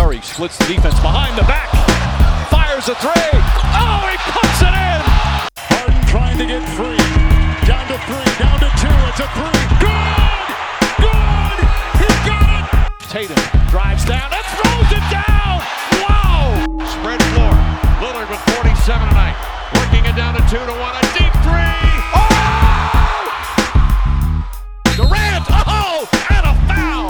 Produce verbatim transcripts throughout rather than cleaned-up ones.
Murray splits the defense behind the back. Fires a three. Oh, he puts it in. Harden trying to get free. Down to three, down to two. It's a three. Good! Good! He got it! Tatum drives down and throws it down. Wow! Spread floor. Lillard with forty-seven tonight. Working it down to two to one. A deep three. Oh! Durant. Oh! And a foul.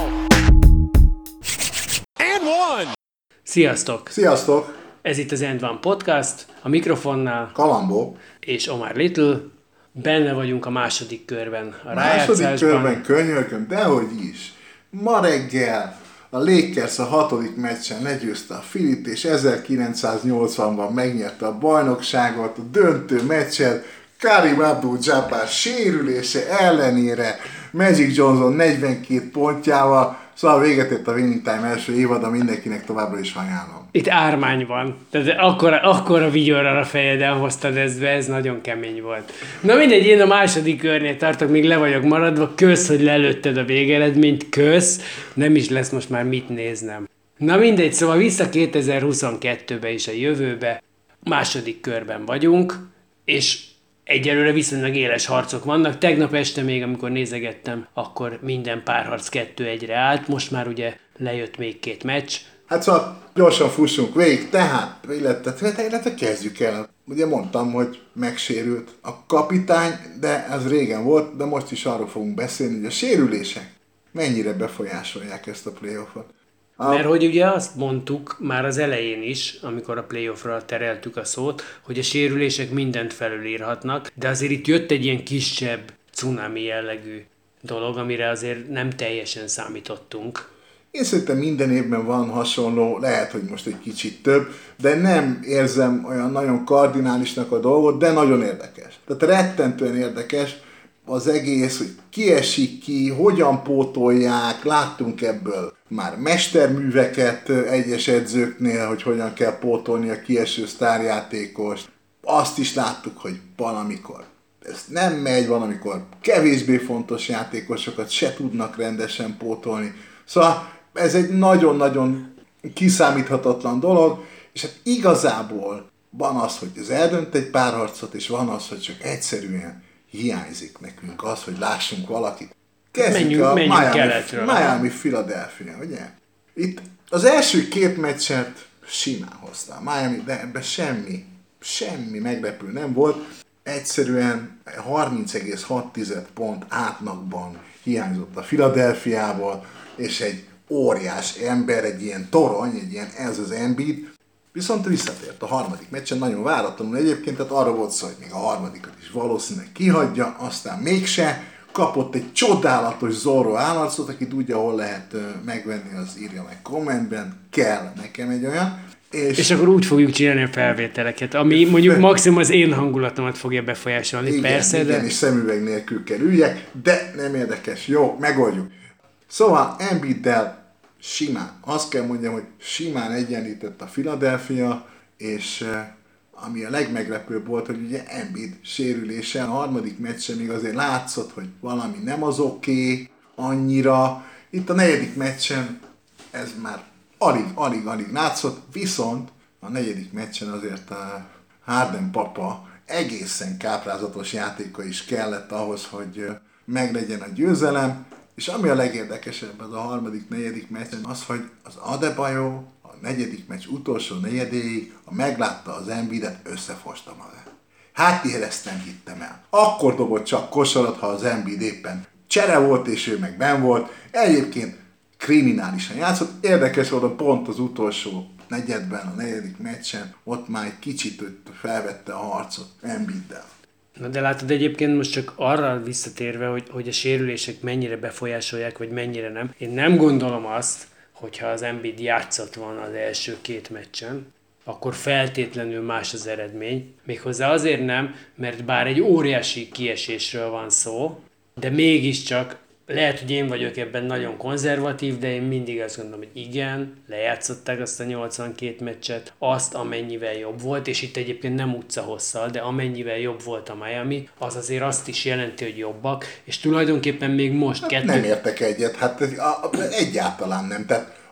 And one. Sziasztok! Sziasztok! Ez itt az End One Podcast, a mikrofonnál Kalambó. és Omar Little. Benne vagyunk a második körben a Második rájátszásban. körben könyörgöm, dehogy is. Ma reggel a Lakers a hatodik meccsen legyőzte a Philit, és ezerkilencszáznyolcvanban megnyerte a bajnokságot, a döntő meccsen Kareem Abdul-Jabbar sérülése ellenére Magic Johnson negyvenkét pontjával, szóval véget ért a Winning Time első évada, mindenkinek továbbra is ajánlom. Itt ármány van. Tehát akkora, akkora vigyorral a fejeden hoztad ezt be, ez nagyon kemény volt. Na mindegy, én a második körnél tartok, még le vagyok maradva. Kösz, hogy lelőtted a végeredményt, kösz. Nem is lesz most már mit néznem. Na mindegy, szóval vissza kétezer-huszonkettőbe is a jövőbe. Második körben vagyunk, és egyelőre viszonylag éles harcok vannak. Tegnap este még, amikor nézegettem, akkor minden párharc kettő egyre állt. Most már ugye lejött még két meccs. Hát szóval gyorsan fussunk végig, tehát, illetve, illetve kezdjük el. Ugye mondtam, hogy megsérült a kapitány, de ez régen volt, de most is arról fogunk beszélni, hogy a sérülések mennyire befolyásolják ezt a playoffot. A... Mert hogy ugye azt mondtuk már az elején is, amikor a playoffra tereltük a szót, hogy a sérülések mindent felülírhatnak, de azért itt jött egy ilyen kisebb cunami jellegű dolog, amire azért nem teljesen számítottunk. Én szerintem minden évben van hasonló, lehet, hogy most egy kicsit több, de nem érzem olyan nagyon kardinálisnak a dolgot, de nagyon érdekes. Tehát rettentően érdekes az egész, hogy ki esik ki, hogyan pótolják, láttunk ebből már mesterműveket egyes edzőknél, hogy hogyan kell pótolni a kieső sztárjátékost. Azt is láttuk, hogy valamikor ez nem megy, valamikor kevésbé fontos játékosokat se tudnak rendesen pótolni. Szóval ez egy nagyon-nagyon kiszámíthatatlan dolog, és hát igazából van az, hogy ez eldönt egy párharcot, és van az, hogy csak egyszerűen hiányzik nekünk az, hogy lássunk valakit. Kezdjük menjünk, a menjünk Miami, keletről. Miami Philadelphia, ugye? Itt az első két meccset simán hozta Miami, de ebben semmi, semmi meglepő nem volt. Egyszerűen harminc egész hat pont átlagban hiányzott a Philadelphiából, és egy óriás ember, egy ilyen torony, egy ilyen ez az Embiid, viszont visszatért a harmadik meccsen, nagyon váratlanul egyébként, tehát arra volt szó, hogy még a harmadikat is valószínűleg kihagyja, aztán mégse, kapott egy csodálatos Zorro állarcot, aki tudja, hol lehet megvenni, az írja meg kommentben, kell nekem egy olyan. És, és akkor úgy fogjuk csinálni a felvételeket, ami mondjuk maximum az én hangulatomat fogja befolyásolni, igen, persze, igen, de... és szemüveg nélkül kell üljek, de nem érdekes, jó, megoldjuk. Szóval Embiiddel simán, azt kell mondjam, hogy simán egyenlített a Philadelphia, és ami a legmeglepőbb volt, hogy ugye Embiid sérülése a harmadik meccsen még azért látszott, hogy valami nem az oké, okay, annyira. Itt a negyedik meccsen ez már alig, alig, alig látszott, viszont a negyedik meccsen azért a Harden papa egészen káprázatos játéka is kellett ahhoz, hogy meglegyen a győzelem, és ami a legérdekesebb az a harmadik, negyedik meccsen az, hogy az Adebayo a negyedik meccs utolsó negyedéig, ha meglátta az Embiidet, összefosta magát. Hát én ezt nem hittem el. Akkor dobott csak kosarat, ha az Embiid éppen csere volt, és ő meg benn volt. Egyébként kriminálisan játszott. Érdekes volt, pont az utolsó negyedben, a negyedik meccsen, ott már egy kicsit felvette a harcot Embiiddel. Na de látod, egyébként most csak arra visszatérve, hogy, hogy a sérülések mennyire befolyásolják, vagy mennyire nem. Én nem gondolom azt, hogyha az Embiid játszott volna az első két meccsen, akkor feltétlenül más az eredmény. Méghozzá azért nem, mert bár egy óriási kiesésről van szó, de mégiscsak lehet, hogy én vagyok ebben nagyon konzervatív, de én mindig azt gondolom, hogy igen, lejátszották azt a nyolcvankét meccset, azt amennyivel jobb volt, és itt egyébként nem utca hosszal, de amennyivel jobb volt a Miami, az azért azt is jelenti, hogy jobbak, és tulajdonképpen még most hát kettő... Nem értek egyet, hát a, a, egyáltalán nem, tehát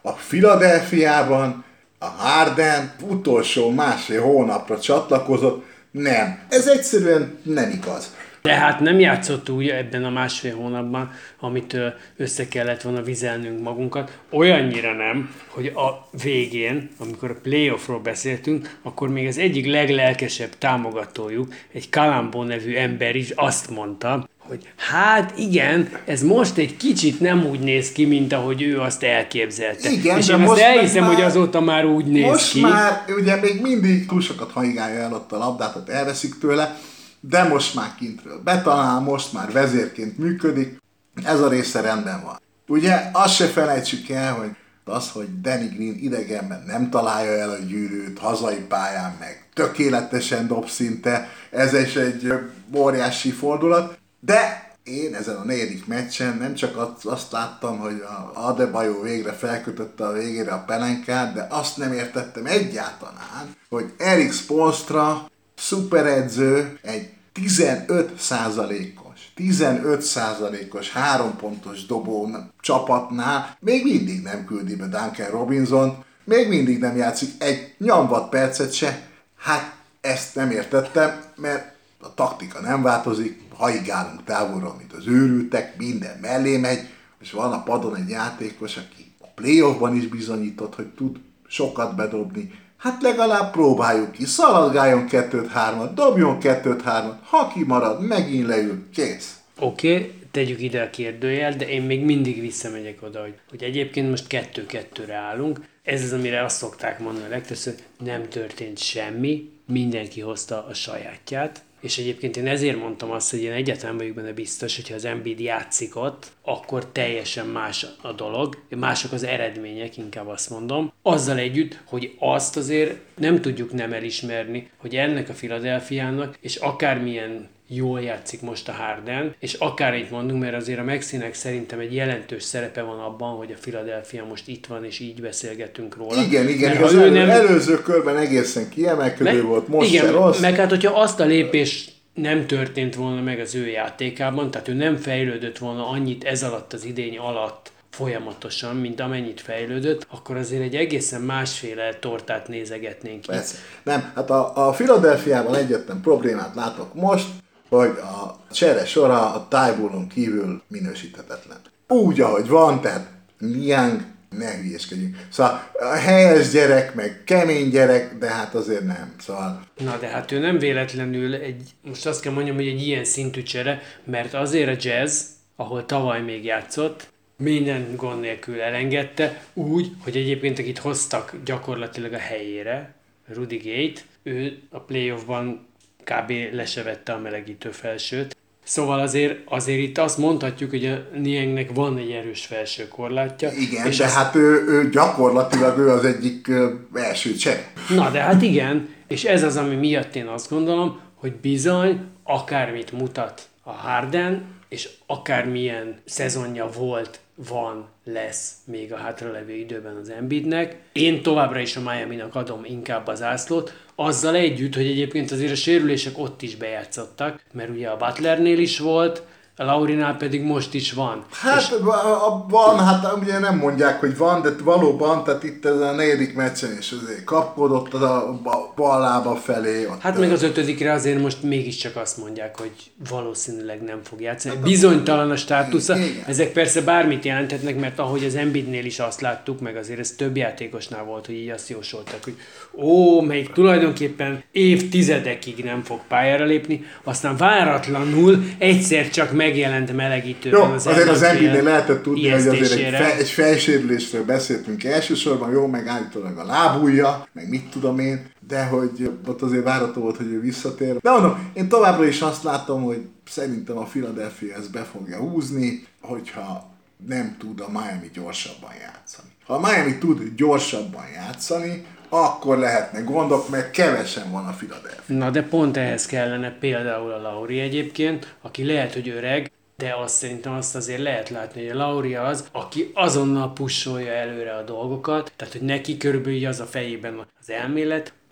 A Philadelphiában a Harden utolsó másfél hónapra csatlakozott. Nem. Ez egyszerűen nem igaz. De hát nem játszott úgy ebben a másfél hónapban, amit össze kellett volna vizelnünk magunkat. Olyannyira nem, hogy a végén, amikor a playoffról beszéltünk, akkor még az egyik leglelkesebb támogatójuk, egy Kalambó nevű ember is azt mondta, hogy hát igen, ez most egy kicsit nem úgy néz ki, mint ahogy ő azt elképzelte. Igen, és én azt elhiszem, már, hogy azóta már úgy néz most ki. Most már ugye még mindig túl sokat haigálja el ott a labdát, ott elveszik tőle, de most már kintről betalál, most már vezérként működik, ez a része rendben van. Ugye azt se felejtsük el, hogy az, hogy Danny Green idegenben nem találja el a gyűrűt, hazai pályán meg tökéletesen dob szinte, ez is egy óriási fordulat, de én ezen a negyedik meccsen nem csak azt láttam, hogy a Adebayo végre felkötötte a végére a pelenkát, de azt nem értettem egyáltalán, hogy Erik Spoelstra szuperedző egy tizenöt százalékos, tizenöt százalékos hárompontos dobó csapatnál még mindig nem küldi be Duncan Robinson, még mindig nem játszik egy nyomvat percet se. Hát ezt nem értettem, mert a taktika nem változik, haigálunk távolról, mint az őrültek, minden mellé megy, és van a padon egy játékos, aki a playoffban is bizonyított, hogy tud sokat bedobni. Hát legalább próbáljuk ki, szaladgáljon kettőt-hármat, dobjon kettőt-hármat, ha kimarad, megint leül, kész. Oké, okay, tegyük ide a kérdőjel, de én még mindig visszamegyek oda, hogy, hogy egyébként most kettő-kettőre állunk. Ez az, amire azt szokták mondani legtöbbször, nem történt semmi, mindenki hozta a sajátját. És egyébként én ezért mondtam azt, hogy én egyáltalán vagyok benne biztos, hogyha az Embiid játszik ott, akkor teljesen más a dolog, mások az eredmények, inkább azt mondom. Azzal együtt, hogy azt azért nem tudjuk nem elismerni, hogy ennek a Philadelphiának, és akármilyen jól játszik most a Harden, és akármit mondunk, mert azért a Maxinek szerintem egy jelentős szerepe van abban, hogy a Philadelphia most itt van, és így beszélgetünk róla. Igen, igen, az elő, nem... előző körben egészen kiemelkedő meg, volt, most igen, se rossz. Meg hát, hogyha azt a lépés nem történt volna meg az ő játékában, tehát ő nem fejlődött volna annyit ez alatt az idény alatt folyamatosan, mint amennyit fejlődött, akkor azért egy egészen másféle tortát nézegetnénk ki. Persze. Nem, hát a, a Philadelphiában egyetlen problémát látok most, hogy a csere sora a Tyballon kívül minősíthetetlen. Úgy, ahogy van, tehát Niang, ne hülyeskedjünk. Szóval a helyes gyerek, meg kemény gyerek, de hát azért nem. Szóval... Na de hát ő nem véletlenül egy, most azt kell mondjam, hogy egy ilyen szintű csere, mert azért a Jazz, ahol tavaly még játszott, minden gond nélkül elengedte, úgy, hogy egyébként akit hoztak gyakorlatilag a helyére, Rudy Gay, ő a playoffban kb. Le se vette a melegítő felsőt. Szóval azért, azért itt azt mondhatjuk, hogy a Niangnek van egy erős felső korlátja. Igen, és de azt... hát ő, ő gyakorlatilag ő az egyik ö, első csere. Na de hát igen, és ez az, ami miatt én azt gondolom, hogy bizony akármit mutat a Harden, és akármilyen szezonja volt, van, lesz még a hátralevő időben az Embiidnek. Én továbbra is a Miaminak adom inkább az zászlót, azzal együtt, hogy egyébként azért a sérülések ott is bejátszottak, mert ugye a Butlernél is volt, a Laurinál pedig most is van. Hát és... van, hát ugye nem mondják, hogy van, de valóban, tehát itt ez a negyedik meccsen is azért kapkodott a bal lába felé. Hát meg az ötödikre azért most mégiscsak azt mondják, hogy valószínűleg nem fog játszani. Bizonytalan a státusza. Igen. Ezek persze bármit jelenthetnek, mert ahogy az Embiidnél is azt láttuk, meg azért ez több játékosnál volt, hogy így azt jósoltak, hogy ó, melyik tulajdonképpen évtizedekig nem fog pályára lépni, aztán váratlanul egyszer csak megjelent melegítőben jó, az azért az Embiidnél lehetett tudni, hogy azért egy, fe, egy fejsérülésről beszéltünk elsősorban, jó, meg állítólag a lábujja, meg mit tudom én, de hogy ott azért várható volt, hogy ő visszatér. De mondom, én továbbra is azt látom, hogy szerintem a Philadelphia ezt be fogja húzni, hogyha nem tud a Miami gyorsabban játszani. Ha a Miami tud gyorsabban játszani, akkor lehetne gondok, mert kevesen van a Philadelphia. Na de pont ehhez kellene például a Lauri egyébként, aki lehet, hogy öreg, de azt szerintem azt azért lehet látni, hogy a Lauri az, aki azonnal pusolja előre a dolgokat, tehát hogy neki körülbelül az a fejében az elmélet,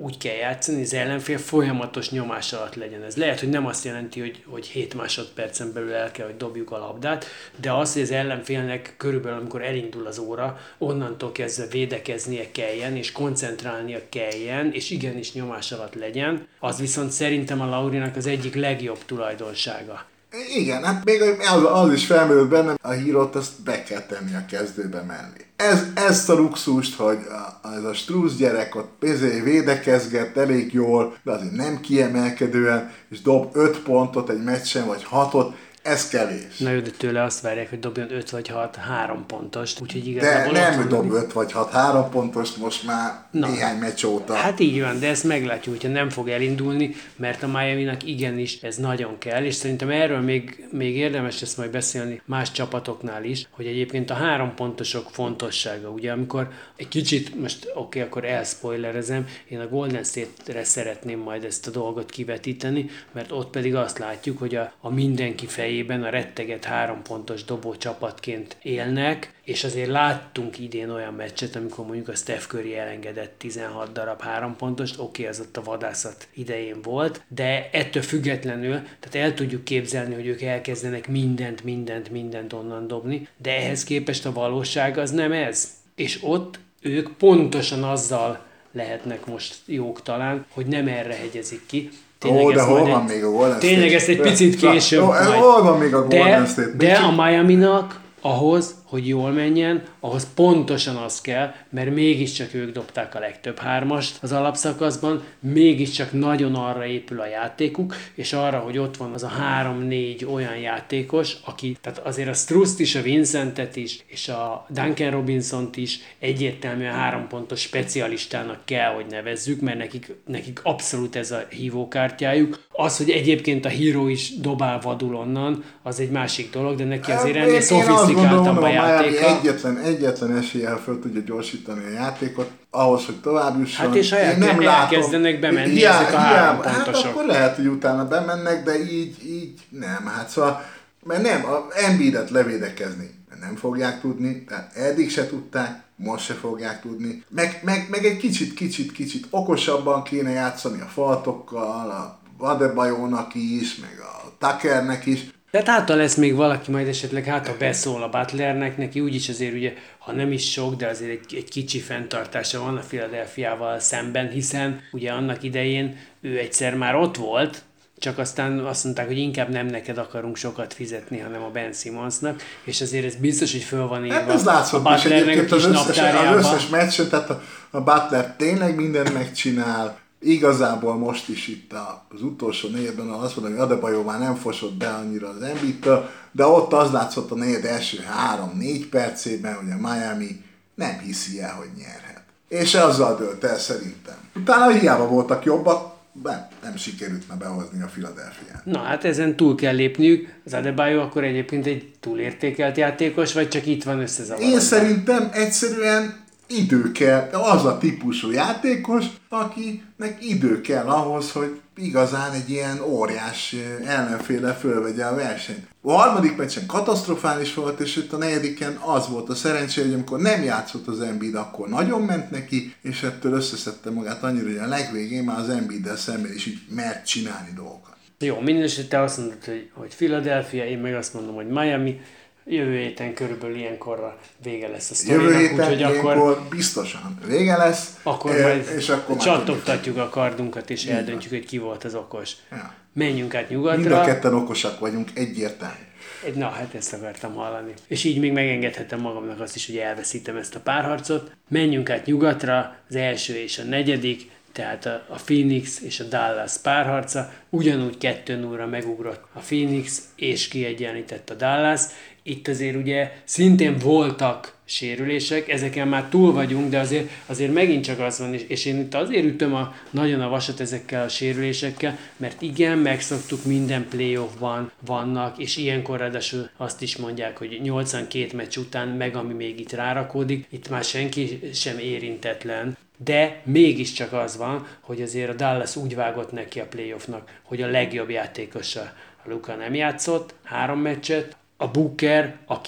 úgy kell játszani, az ellenfél folyamatos nyomás alatt legyen. Ez lehet, hogy nem azt jelenti, hogy, hogy hét másodpercen belül el kell, hogy dobjuk a labdát, de az, hogy az ellenfélnek körülbelül, amikor elindul az óra, onnantól kezdve védekeznie kelljen, és koncentrálnia kelljen, és igenis nyomás alatt legyen, az viszont szerintem a Laurinak az egyik legjobb tulajdonsága. Igen, hát még az, az is felmerült bennem, a hírót azt be kell tenni a kezdőbe mellé. Ez, ezt a luxust, hogy a, ez a Strauss gyerek ott pénzé védekezget elég jól, de azért nem kiemelkedően, és dob öt pontot egy meccsen, vagy hatot, ez kevés. Na jó, de tőle azt várják, hogy dobjon öt vagy hat három pontost, úgyhogy De igazából... nem dob öt vagy hat három pontost most már Na, néhány meccs óta. Hát így van, de ezt meglátjuk, hogyha nem fog elindulni, mert a Miaminak igenis ez nagyon kell, és szerintem erről még, még érdemes lesz majd beszélni más csapatoknál is, hogy egyébként a három pontosok fontossága, ugye amikor egy kicsit, most oké, okay, akkor elspoilerezem, én a Golden State-re szeretném majd ezt a dolgot kivetíteni, mert ott pedig azt látjuk, hogy a, a mindenki fej a retteget három pontos dobó csapatként élnek, és azért láttunk idén olyan meccset, amikor mondjuk a Steph Curry elengedett tizenhat darab három pontost, oké, okay, az ott a vadászat idején volt, de ettől függetlenül, tehát el tudjuk képzelni, hogy ők elkezdenek mindent, mindent, mindent onnan dobni, de ehhez képest a valóság az nem ez. És ott ők pontosan azzal lehetnek most jók talán, hogy nem erre hegyezik ki. Tényleg Ó, de hol van egy, még a Golden State? Tényleg ezt egy picit később Ó, majd. Hol van még a Golden de, State? De a Miaminak ahhoz, hogy jól menjen, ahhoz pontosan az kell, mert mégiscsak ők dobták a legtöbb hármast az alapszakaszban, mégiscsak nagyon arra épül a játékuk, és arra, hogy ott van az a három-négy olyan játékos, aki, tehát azért a Strusst is, a Vincentet is, és a Duncan Robinsont is egyértelműen három pontos specialistának kell, hogy nevezzük, mert nekik, nekik abszolút ez a hívókártyájuk. Az, hogy egyébként a Hero is dobál vadul onnan, az egy másik dolog, de neki azért ennél szofisztikáltabb a játéka. Egyetlen, egyetlen eséllyel föl tudja gyorsítani a játékot, ahhoz, hogy tovább jusson. Hát és ha el, nem elkezdenek bemenni hiá, ezek a három pontosok. Hát akkor lehet, hogy utána bemennek, de így, így nem. Hát szóval, mert nem, a Embiidet levédekezni nem fogják tudni, tehát eddig se tudták, most se fogják tudni. Meg, meg, meg egy kicsit, kicsit, kicsit okosabban kéne játszani a faltokkal, a Adebayonak is, meg a Tuckernek is. Tehát hátra lesz még valaki, majd esetleg hátra beszól a Butlernek, neki úgyis azért ugye, ha nem is sok, de azért egy, egy kicsi fenntartása van a Philadelphiával szemben, hiszen ugye annak idején ő egyszer már ott volt, csak aztán azt mondták, hogy inkább nem neked akarunk sokat fizetni, hanem a Ben Simmonsnak, és azért ez biztos, hogy föl van írva hát ez látszott a Butlernek a kis az összes, naptárjában. Az összes meccsen, tehát a, a Butler tényleg mindent megcsinál, igazából most is itt az utolsó négyedben azt mondom, hogy Adebayo már nem fosott be annyira az Embiidtől, de ott az látszott a négyed első három-négy percében, hogy a Miami nem hiszi el, hogy nyerhet. És azzal dölt el szerintem. Utána hiába voltak jobbak, de nem sikerült már behozni a Philadelphiát. Na hát ezen túl kell lépniük. Az Adebayo akkor egyébként egy túlértékelt játékos, vagy csak itt van összezavarodva? Én szerintem egyszerűen idő kell, az a típusú játékos, akinek idő kell ahhoz, hogy igazán egy ilyen óriás ellenféle fölvegye a versenyt. A harmadik meccsen katasztrofális volt, és itt a negyediken az volt a szerencsé, hogy amikor nem játszott az Embiid, akkor nagyon ment neki, és ettől összeszedte magát annyira, hogy a legvégén már az Embiiddel szemben is így mert csinálni dolgokat. Jó, mindesetre azt mondod, hogy, hogy Philadelphia, én meg azt mondom, hogy Miami. Jövő héten körülbelül ilyenkorra vége lesz a sztorinak. Jövő héten úgyhogy ilyenkor akkor, biztosan vége lesz. Akkor e, majd és akkor csattogtatjuk a kardunkat, és így eldöntjük, van. Hogy ki volt az okos. Ja. Menjünk át nyugatra. Mind a ketten okosak vagyunk, egyértelmű. Na, hát ezt akartam hallani. És így még megengedhetem magamnak azt is, hogy elveszítem ezt a párharcot. Menjünk át nyugatra, az első és a negyedik, tehát a Phoenix és a Dallas párharca, ugyanúgy kettő nullra megugrott a Phoenix, és kiegyenlített a Dallas. Itt azért ugye szintén voltak sérülések, ezeken már túl vagyunk, de azért, azért megint csak az van, és, és én itt azért ütöm a, nagyon a vasat ezekkel a sérülésekkel, mert igen, megszoktuk, minden playoffban vannak, és ilyenkor ráadásul azt is mondják, hogy nyolcvankét meccs után meg, ami még itt rárakódik, itt már senki sem érintetlen, de mégiscsak az van, hogy azért a Dallas úgy vágott neki a playoffnak, hogy a legjobb játékosa a Luka nem játszott, három meccset, a Booker, aki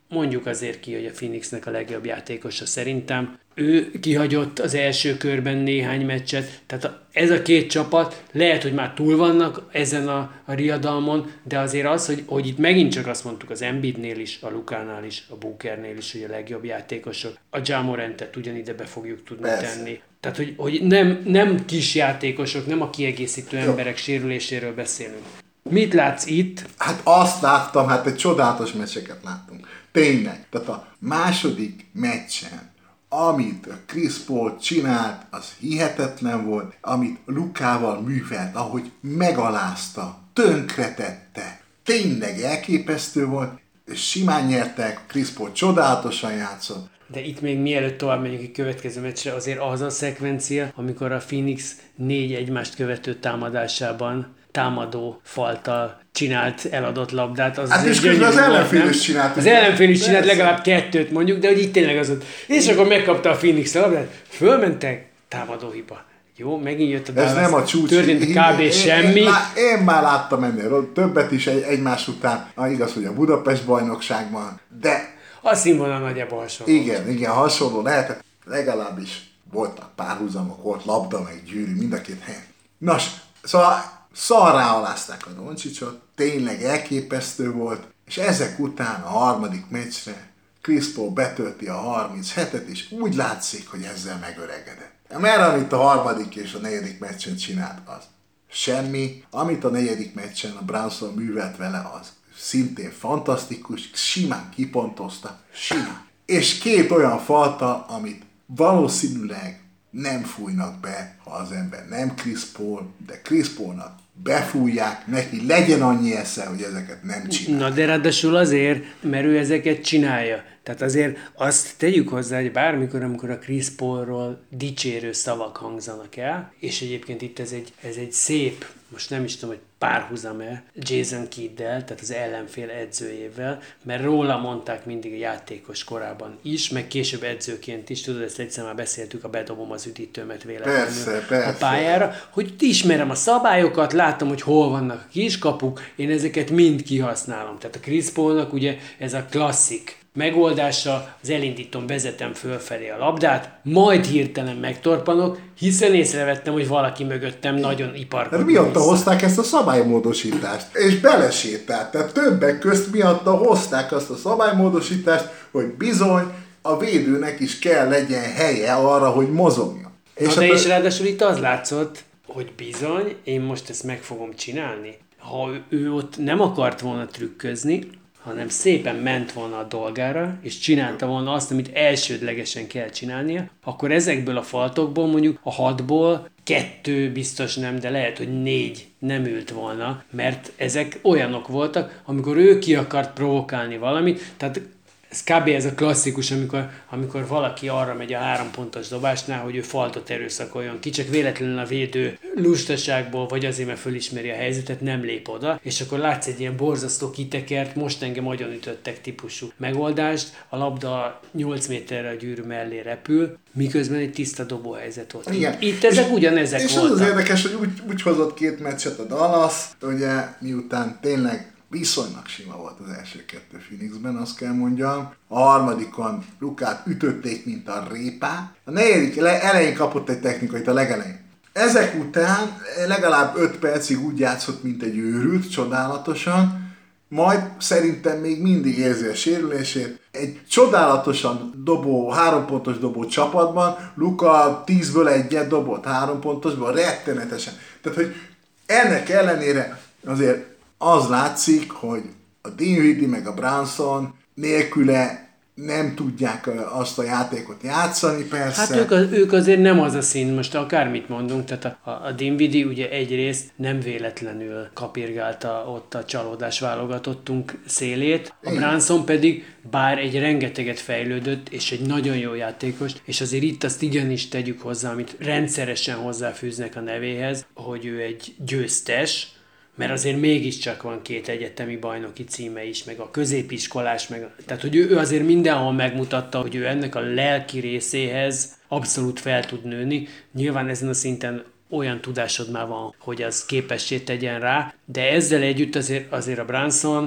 mondjuk azért ki, hogy a Phoenixnek a legjobb játékosa szerintem. Ő kihagyott az első körben néhány meccset, tehát ez a két csapat lehet, hogy már túl vannak ezen a, a riadalmon, de azért az, hogy, hogy itt megint csak azt mondtuk az Embiidnél is, a Lukánál is, a Bookernél is, hogy a legjobb játékosok, a Ja Morantet ugyanide be fogjuk tudni Persze. tenni. Tehát, hogy, hogy nem, nem kis játékosok, nem a kiegészítő Jó. emberek sérüléséről beszélünk. Mit látsz itt? Hát azt láttam, hát egy csodálatos meccseket láttunk. Tényleg. Tehát a második meccsen, amit Chris Paul csinált, az hihetetlen volt, amit Lukával művelt, ahogy megalázta, tönkretette. Tényleg elképesztő volt, és simán nyertek, Chris Paul csodálatosan játszott. De itt még mielőtt tovább megyünk a következő meccsre, azért az a szekvencia, amikor a Phoenix négy egymást követő támadásában támadó faltal csinált eladott labdát. Az hát és közben az ellenfél is csinált. Az ellenfél is csinált legalább kettőt mondjuk, de hogy itt tényleg az volt. És akkor megkapta a Phoenix a labdát, fölmentek, támadó hiba. Jó, megint jött a Dallas. Ez nem a csúcs. Történt kb. Én, semmi. Én, én, én már láttam ennél többet is egy, egymás után. Ah, igaz, hogy a Budapest bajnokságban, de... A színvonal nagyjából hasonló. Igen, igen, hasonló lehetett. Legalábbis voltak párhuzamok, volt labda, meg gyűrű, mind a két helyen. Nos, szóval szarrá alázták a Doncsicsot, tényleg elképesztő volt, és ezek után a harmadik meccsre Chris Paul betölti a harminchetet, és úgy látszik, hogy ezzel megöregedett. Mert amit a harmadik és a negyedik meccsen csinált, az semmi. Amit a negyedik meccsen a Brunson művelt vele, az szintén fantasztikus, simán kipontozta, simán. És két olyan falta, amit valószínűleg nem fújnak be, ha az ember nem Chris Paul, de Chris Paulnak befújják, neki legyen annyi esze, hogy ezeket nem csinálja. Na de ráadásul azért, mert ő ezeket csinálja. Tehát azért azt tegyük hozzá, hogy bármikor, amikor a Chris Paulról dicsérő szavak hangzanak el, és egyébként itt ez egy, ez egy szép, most nem is tudom, hogy párhuzam-e Jason Kidd-del, tehát az ellenfél edzőjével, mert róla mondták mindig a játékos korában is, meg később edzőként is, tudod, ezt egyszer már beszéltük, a bedobom az üdítőmet véletlenül persze, persze. a pályára, hogy ismerem a szabályokat, látom, hogy hol vannak a kiskapuk, én ezeket mind kihasználom. Tehát a Chris Paulnak ugye ez a klasszik megoldása, az elindítom, vezetem fölfelé a labdát, majd hirtelen megtorpanok, hiszen észrevettem, hogy valaki mögöttem nagyon iparkodik. De miatta hozták ezt a szabálymódosítást, és belesétált. Tehát többek közt miatta hozták azt a szabálymódosítást, hogy bizony a védőnek is kell legyen helye arra, hogy mozogjon. És, Na de és ráadásul itt az látszott, hogy bizony, én most ezt meg fogom csinálni. Ha ő, ő ott nem akart volna trükközni, hanem szépen ment volna a dolgára, és csinálta volna azt, amit elsődlegesen kell csinálnia, akkor ezekből a faltokból mondjuk a hatból kettő biztos nem, de lehet, hogy négy nem ült volna, mert ezek olyanok voltak, amikor ő ki akart provokálni valamit, tehát ez kb. Ez a klasszikus, amikor, amikor valaki arra megy a három pontos dobásnál, hogy ő faltot erőszakoljon ki, csak véletlenül a védő lustaságból, vagy azért, mert fölismeri a helyzetet, nem lép oda, és akkor látsz egy ilyen borzasztó kitekert, most engem agyonütöttek típusú megoldást, a labda nyolc méterre a gyűrű mellé repül, miközben egy tiszta dobóhelyzet volt. Igen. Itt ezek ugyanezek és voltak. És az az érdekes, hogy úgy, úgy hozott két meccset a Dallas, ugye miután tényleg viszonylag sima volt az első kettő Phoenixben, azt kell mondjam. A harmadikon Lukát ütötték, mint a répát. A negyedik elején kapott egy technikait, a legelején. Ezek után legalább öt percig úgy játszott, mint egy őrült, csodálatosan, majd szerintem még mindig érzi a sérülését. Egy csodálatosan dobó, hárompontos dobó csapatban Luka tízből egyet dobott hárompontosból, rettenetesen. Tehát, hogy ennek ellenére azért az látszik, hogy a Dinwiddie meg a Brunson nélküle nem tudják azt a játékot játszani, persze. Hát ők, az, ők azért nem az a szín, most akármit mondunk, tehát a, a Dinwiddie ugye egyrészt nem véletlenül kapirgálta ott a csalódás válogatottunk szélét, a Brunson pedig bár egy rengeteget fejlődött, és egy nagyon jó játékos, és azért itt azt igenis tegyük hozzá, amit rendszeresen hozzáfűznek a nevéhez, hogy ő egy győztes, mert azért mégiscsak van két egyetemi bajnoki címe is, meg a középiskolás, meg, tehát hogy ő, ő azért mindenhol megmutatta, hogy ő ennek a lelki részéhez abszolút fel tud nőni. Nyilván ezen a szinten olyan tudásod már van, hogy az képessé tegyen rá, de ezzel együtt azért, azért a Brunson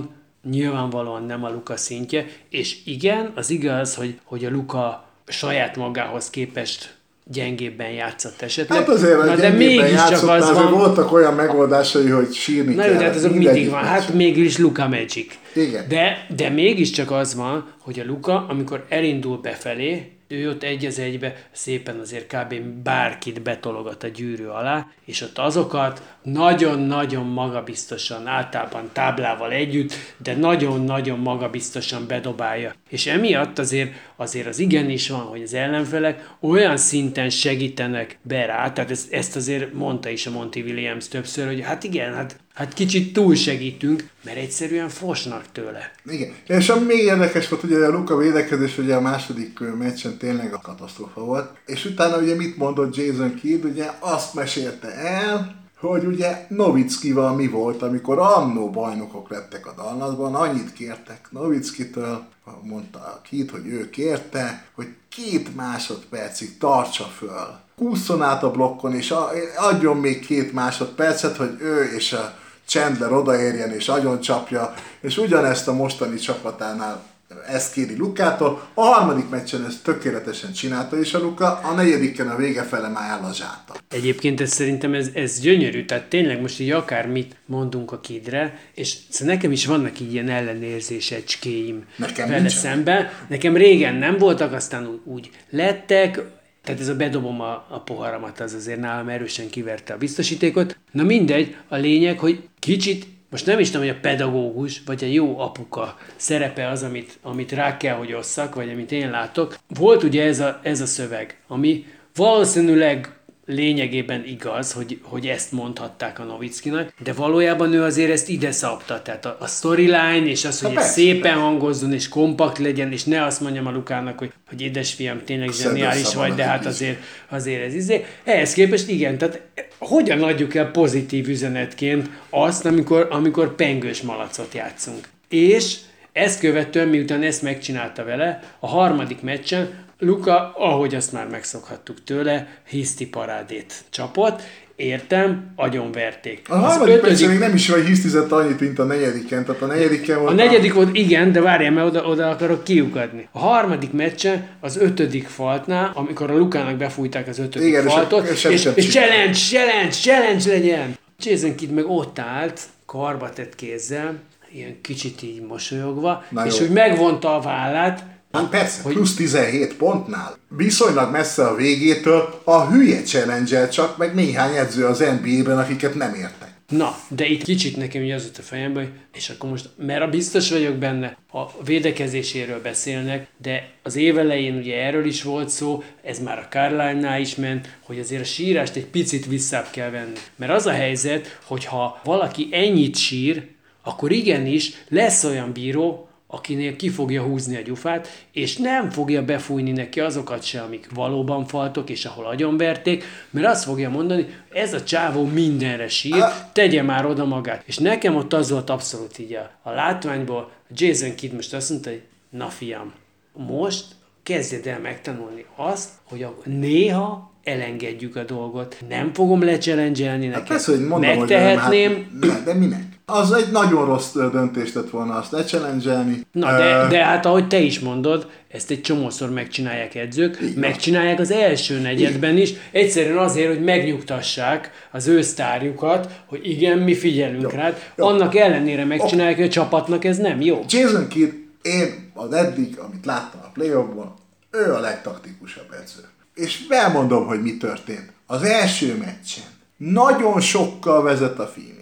nyilvánvalóan nem a Luka szintje, és igen, az igaz, hogy, hogy a Luka saját magához képest gyengébben játszott esetleg. Hát azért na, de mégis csak az azért van, voltak olyan megoldásai, hogy sírni na, kell. de hát azok mindig van, hát mégis Luka Magic. Igen. De, de mégiscsak az van, hogy a Luka, amikor elindul befelé, ő ott egy az egybe szépen azért kb. Bárkit betologat a gyűrű alá, és ott azokat nagyon-nagyon magabiztosan, általában táblával együtt, de nagyon-nagyon magabiztosan bedobálja. És emiatt azért, azért az igenis van, hogy az ellenfelek olyan szinten segítenek be rá, tehát ezt, ezt azért mondta is a Monty Williams többször, hogy hát igen, hát, hát kicsit túl segítünk, mert egyszerűen fosnak tőle. Igen, és ami még érdekes volt, ugye a Luka védekezés ugye a második meccsen tényleg a katasztrófa volt, és utána ugye mit mondott Jason Kidd, ugye azt mesélte el, hogy ugye Nowitzkival mi volt, amikor annó bajnokok lettek a Dallasban, annyit kértek Nowitzkitől, mondta Kidd, hogy ő kérte, hogy két másodpercig tartsa föl, húzzon át a blokkon, és adjon még két másodpercet, hogy ő és a Chandler odaérjen és agyoncsapja, és ugyanezt a mostani csapatánál ezt kéri Lukától. A harmadik meccsen ezt tökéletesen csinálta is a Luka, a negyediken a vége fele már ellazsálta. Egyébként ez szerintem ez, ez gyönyörű, tehát tényleg most így akármit mondunk a Kiddre, és szóval nekem is vannak így ilyen ellenérzésecskéim vele nincsen. szemben. Nekem régen nem voltak, aztán úgy, úgy lettek, tehát ez a bedobom a, a poharamat, az azért nálam erősen kiverte a biztosítékot. Na mindegy, a lényeg, hogy kicsit, most nem is tudom, hogy a pedagógus, vagy a jó apuka szerepe az, amit, amit rá kell, hogy osszak, vagy amit én látok. Volt ugye ez a, ez a szöveg, ami valószínűleg lényegében igaz, hogy, hogy ezt mondhatták a Nowitzkinak, de valójában ő azért ezt ide szabta. Tehát a, a storyline, és az, hogy persze, ez szépen persze. hangozzon, és kompakt legyen, és ne azt mondjam a Lukának, hogy, hogy édesfiam, tényleg zseniális vagy, de hát azért, azért ez izé. Ehhez képest igen, tehát hogyan adjuk el pozitív üzenetként azt, amikor, amikor pengős malacot játszunk. És ezt követően, miután ezt megcsinálta vele, a harmadik meccsen Luka, ahogy azt már megszokhattuk tőle, hiszti parádét csapott, értem, agyonverték. A harmadik ötödik... meccsen még nem is vagy hisztizett annyit, mint a negyediken, tehát a negyediken volt... A negyedik volt, igen, de várjál, mert oda, oda akarok kiukadni. A harmadik meccsen az ötödik faltnál, amikor a Lukának befújták az ötödik igen, faltot, és, és, és challenge, challenge, challenge legyen! Jason Kidd meg ott állt, karba tett kézzel, ilyen kicsit így mosolyogva, na és jó. Hogy megvonta a vállát. Hát persze, hogy... plusz tizenhét pontnál. Viszonylag messze a végétől a hülye challenge csak, meg néhány edző az en bé á-ben, akiket nem értek. Na, de itt kicsit nekem így az ott a fejemben, és akkor most, mert biztos vagyok benne, a védekezéséről beszélnek, de az évelején ugye erről is volt szó, ez már a Carlisle-nál is ment, hogy azért a sírást egy picit visszább kell venni. Mert az a helyzet, hogyha valaki ennyit sír, akkor igenis lesz olyan bíró, akinél ki fogja húzni a gyufát, és nem fogja befújni neki azokat se, amik valóban faltok, és ahol agyonverték, mert azt fogja mondani, ez a csávó mindenre sír, tegye már oda magát. És nekem ott az volt abszolút így a, a látványból, Jason Kidd most azt mondta, hogy na fiam, most kezdjed el megtanulni azt, hogy a, néha elengedjük a dolgot, nem fogom lechallengelni neked, hát persze, hogy mondom, megtehetném. Hogy hát, de minek? Az egy nagyon rossz döntés lett volna azt lechallengelni. Na, de, de hát ahogy te is mondod, ezt egy csomószor megcsinálják edzők, igen. Megcsinálják az első negyedben is, egyszerűen azért, hogy megnyugtassák az ő sztárjukat, hogy igen, mi figyelünk jó, rád, jó. Annak ellenére megcsinálják, okay. Hogy a csapatnak ez nem jó. Jason Kidd, én az eddig, amit láttam a play-offban, ő a legtaktikusabb edző. És elmondom, hogy mi történt. Az első meccsen nagyon sokkal vezet a Phoenix.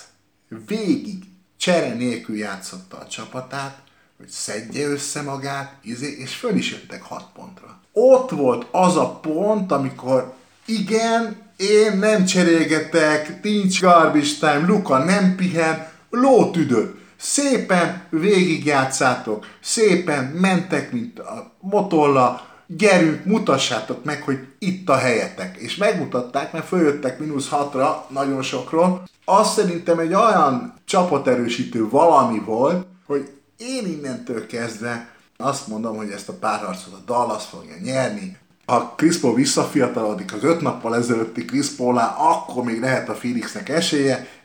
Végig csere nélkül játszotta a csapatát, hogy szedje össze magát, és föl is jöttek hat pontra. Ott volt az a pont, amikor igen, én nem cserélgetek, nincs garbage time, Luka nem pihen, lót üdött. Szépen végigjátszátok, szépen mentek, mint a motolla, gyerünk, mutassátok meg, hogy itt a helyetek. És megmutatták, mert följöttek mínusz hatra, nagyon sokról. Az szerintem egy olyan csapaterősítő valami volt, hogy én innentől kezdve azt mondom, hogy ezt a párharcot a Dallas fogja nyerni. Ha Chris Paul visszafiatalodik az öt nappal ezelőtti Chris Paul-á, akkor még lehet a Phoenixnek esélye.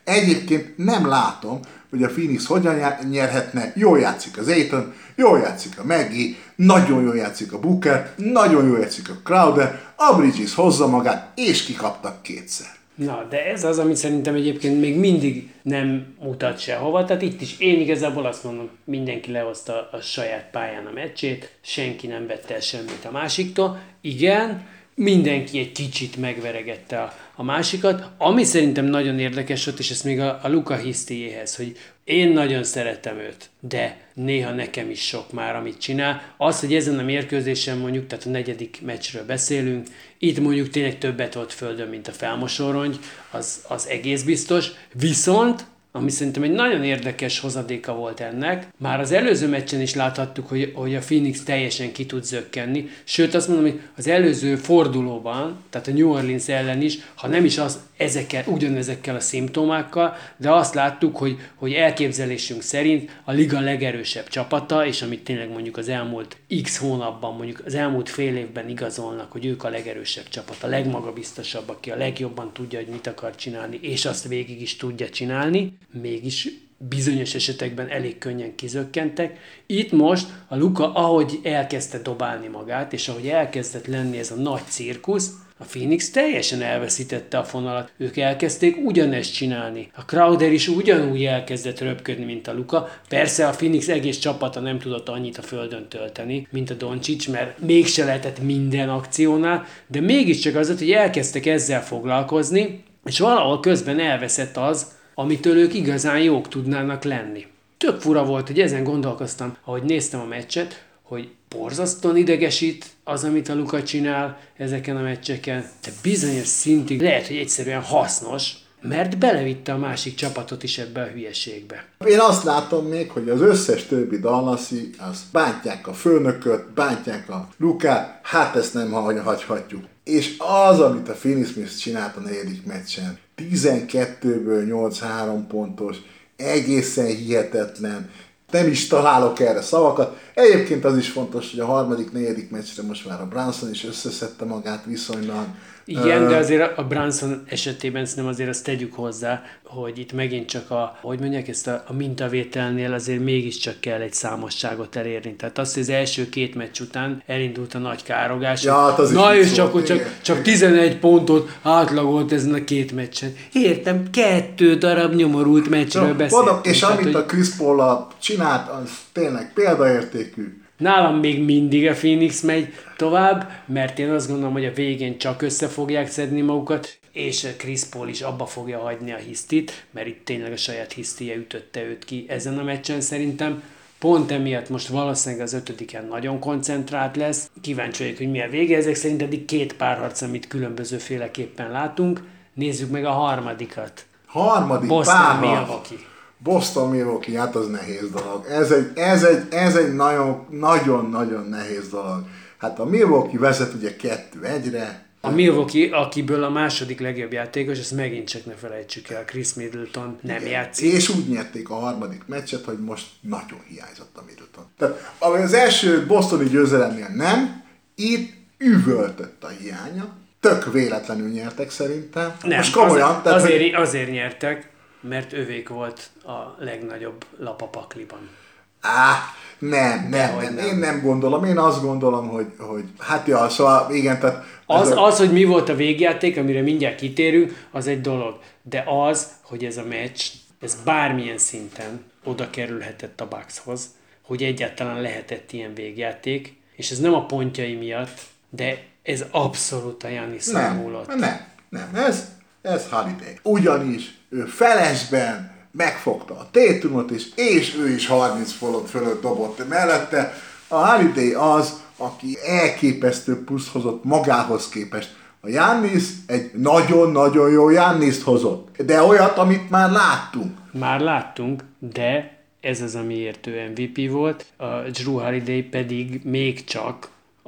Egyébként nem látom, hogy a Phoenix hogyan nyerhetne. Jól játszik az Ayton, jól játszik a Maggie, nagyon jól játszik a Booker, nagyon jól játszik a Crowder, a Bridges hozza magát, és kikaptak kétszer. Na, de ez az, amit szerintem egyébként még mindig nem mutat sehova. Tehát itt is én igazából azt mondom, mindenki lehozta a saját pályán a meccsét, senki nem vette el semmit a másiktól. Igen, mindenki egy kicsit megveregette a, a másikat. Ami szerintem nagyon érdekes volt, és ez még a, a Luka hisztiéhez, hogy én nagyon szeretem őt, de néha nekem is sok már, amit csinál. Az, hogy ezen a mérkőzésen mondjuk, tehát a negyedik meccsről beszélünk, itt mondjuk tényleg többet volt földön, mint a felmosorongy, az, az egész biztos. Viszont, ami szerintem egy nagyon érdekes hozadéka volt ennek, már az előző meccsen is láthattuk, hogy, hogy a Phoenix teljesen ki tud zökkenni, sőt azt mondom, hogy az előző fordulóban, tehát a New Orleans ellen is, ha nem is az ezekkel, ugyanezekkel a szimptomákkal, de azt láttuk, hogy, hogy elképzelésünk szerint a liga legerősebb csapata, és amit tényleg mondjuk az elmúlt x hónapban, mondjuk az elmúlt fél évben igazolnak, hogy ők a legerősebb csapat, a legmagabiztosabb, aki a legjobban tudja, hogy mit akar csinálni, és azt végig is tudja csinálni, mégis bizonyos esetekben elég könnyen kizökkentek. Itt most a Luka, ahogy elkezdte dobálni magát, és ahogy elkezdett lenni ez a nagy cirkusz, a Phoenix teljesen elveszítette a fonalat. Ők elkezdték ugyanezt csinálni. A Crowder is ugyanúgy elkezdett röpködni, mint a Luka. Persze a Phoenix egész csapata nem tudott annyit a földön tölteni, mint a Doncic, mert mégse lehetett minden akciónál, de mégiscsak az, hogy elkezdtek ezzel foglalkozni, és valahol közben elveszett az, amitől ők igazán jók tudnának lenni. Tök fura volt, hogy ezen gondolkoztam, ahogy néztem a meccset, hogy borzasztóan idegesít az, amit a Luka csinál ezeken a meccseken, de bizonyos szintig lehet, hogy egyszerűen hasznos, mert belevitte a másik csapatot is ebbe a hülyeségbe. Én azt látom még, hogy az összes többi Dallasi, az bántják a főnököt, bántják a Lukát, hát ezt nem hagyhatjuk. És az, amit a Finney Smith csinált a negyedik meccsen, tizenkettőből nyolc három pontos, egészen hihetetlen, nem is találok erre szavakat. Egyébként az is fontos, hogy a harmadik, negyedik meccsre most már a Brunson is összeszedte magát viszonylag. Igen, uh, de azért a Brunson esetében szerintem azért azt tegyük hozzá, hogy itt megint csak a, hogy mondják, ezt a, a mintavételnél azért mégiscsak kell egy számosságot elérni. Tehát azt, hogy az első két meccs után elindult a nagy károgás. Ja, hát az na is és csak, csak, csak tizenegy pontot átlagolt ezen a két meccsen. Értem, kettő darab nyomorult meccsről beszéltünk. És tehát, amit hogy... a Chris Paul csinált, az tényleg példaértékű. Nálam még mindig a Phoenix megy tovább, mert én azt gondolom, hogy a végén csak össze fogják szedni magukat, és Chris Paul is abba fogja hagyni a hisztit, mert itt tényleg a saját hisztije ütötte őt ki ezen a meccsen szerintem. Pont emiatt most valószínűleg az ötödiken nagyon koncentrált lesz. Kíváncsi vagyok, hogy mi a vége. Ezek szerint eddig két párharc, amit különbözőféleképpen látunk. Nézzük meg a harmadikat. Harmadik Boston párharc. Milwaukee. Boston Milwaukee, hát az nehéz dolog. Ez egy, ez egy, ez egy nagyon, nagyon-nagyon nehéz dolog. Hát a Milwaukee vezet ugye kettő egyre. A Milwaukee, akiből a második legjobb játékos, ezt megint csak ne felejtsük el, Chris Middleton nem Igen. játszik. És úgy nyerték a harmadik meccset, hogy most nagyon hiányzott a Middleton. Tehát az első bostoni győzelemnél nem, itt üvöltött a hiánya. Tök véletlenül nyertek szerintem. Nem, most komolyan. az, tehát, azért, hogy... azért nyertek, mert övék volt a legnagyobb lap a pakliban. Á, nem, nem, nem, nem. Én nem gondolom. Én azt gondolom, hogy, hogy hát ja, szóval igen, tehát... Az, a... az, hogy mi volt a végjáték, amire mindjárt kitérünk, az egy dolog. De az, hogy ez a meccs, ez bármilyen szinten oda kerülhetett a Buckshoz, hogy egyáltalán lehetett ilyen végjáték, és ez nem a pontjai miatt, de ez abszolút a Giannisra múlott. Nem, nem, nem, ez, ez Holiday. Ugyanis ő felesben megfogta a Tatumot is, és ő is harminc fölött fölött dobott mellette. A Holiday az, aki elképesztő plusz hozott magához képest. A Giannis egy nagyon-nagyon jó Giannist hozott, de olyat, amit már láttunk. Már láttunk, de ez az, amiért ő em vé pé volt, a Jrue Holiday pedig még csak a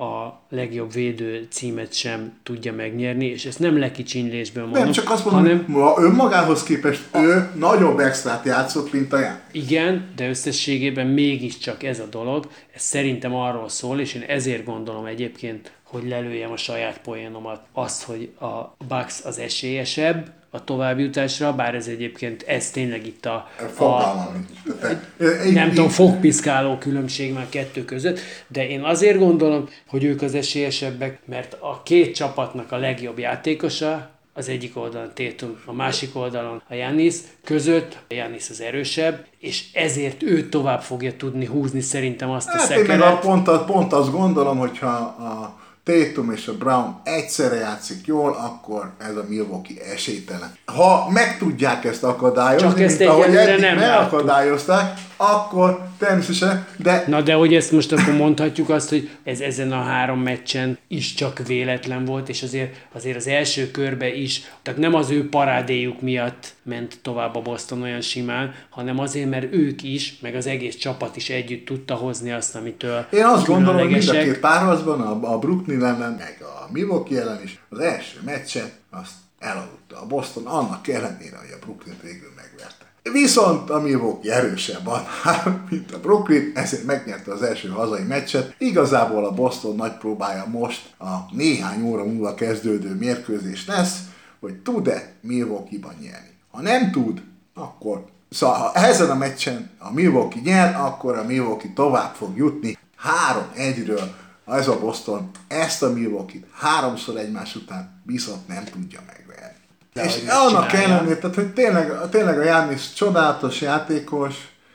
legjobb védő címet sem tudja megnyerni, és ezt nem lekicsinylésből mondom. Nem, csak azt mondom, hanem, hogy önmagához képest a... ő nagyobb extrát játszott, mint a Jan. Igen, de összességében mégiscsak ez a dolog, ez szerintem arról szól, és én ezért gondolom egyébként, hogy lelőjem a saját poénomat, azt, hogy a Bucks az esélyesebb a továbbjutásra, bár ez egyébként, ez tényleg itt a... a nem tudom, fogpiszkáló különbség már kettő között, de én azért gondolom, hogy ők az esélyesebbek, mert a két csapatnak a legjobb játékosa, az egyik oldalon Tatum, a másik oldalon a Giannis, között a Giannis az erősebb, és ezért ő tovább fogja tudni húzni szerintem azt a hát szekeret. Én meg a pont, pont azt gondolom, hogyha a Tatum és a Brown egyszerre játszik jól, akkor ez a Milwaukee esélytelen. Ha meg tudják ezt akadályozni, Csak ezt mint ahogy eddig nem megakadályozták, akkor természetesen, de... Na de hogy ezt most akkor mondhatjuk azt, hogy ez ezen a három meccsen is csak véletlen volt, és azért, azért az első körbe is, tehát nem az ő parádéjuk miatt ment tovább a Boston olyan simán, hanem azért, mert ők is, meg az egész csapat is együtt tudta hozni azt, amitől Én azt gondolom, hogy mind a két párharcban, a, a Brooklyn ellen, meg a Milwaukee ellen is, az első meccset azt elaludta a Boston, annak ellenére, hogy a Brooklyn végül megverte. Viszont a Milwaukee erősebb annál, mint a Brooklyn, ezért megnyerte az első hazai meccset. Igazából a Boston nagy próbája most a néhány óra múlva kezdődő mérkőzés lesz, hogy tud-e Milwaukee-ban nyerni. Ha nem tud, akkor... Szóval ha ezen a meccsen a Milwaukee nyer, akkor a Milwaukee tovább fog jutni három egyről. Ez a Boston ezt a Milwaukee-t háromszor egymás után viszont nem tudja megverni. De és annak ellenére, tehát, hogy tényleg, tényleg a Giannis csodálatos játékos,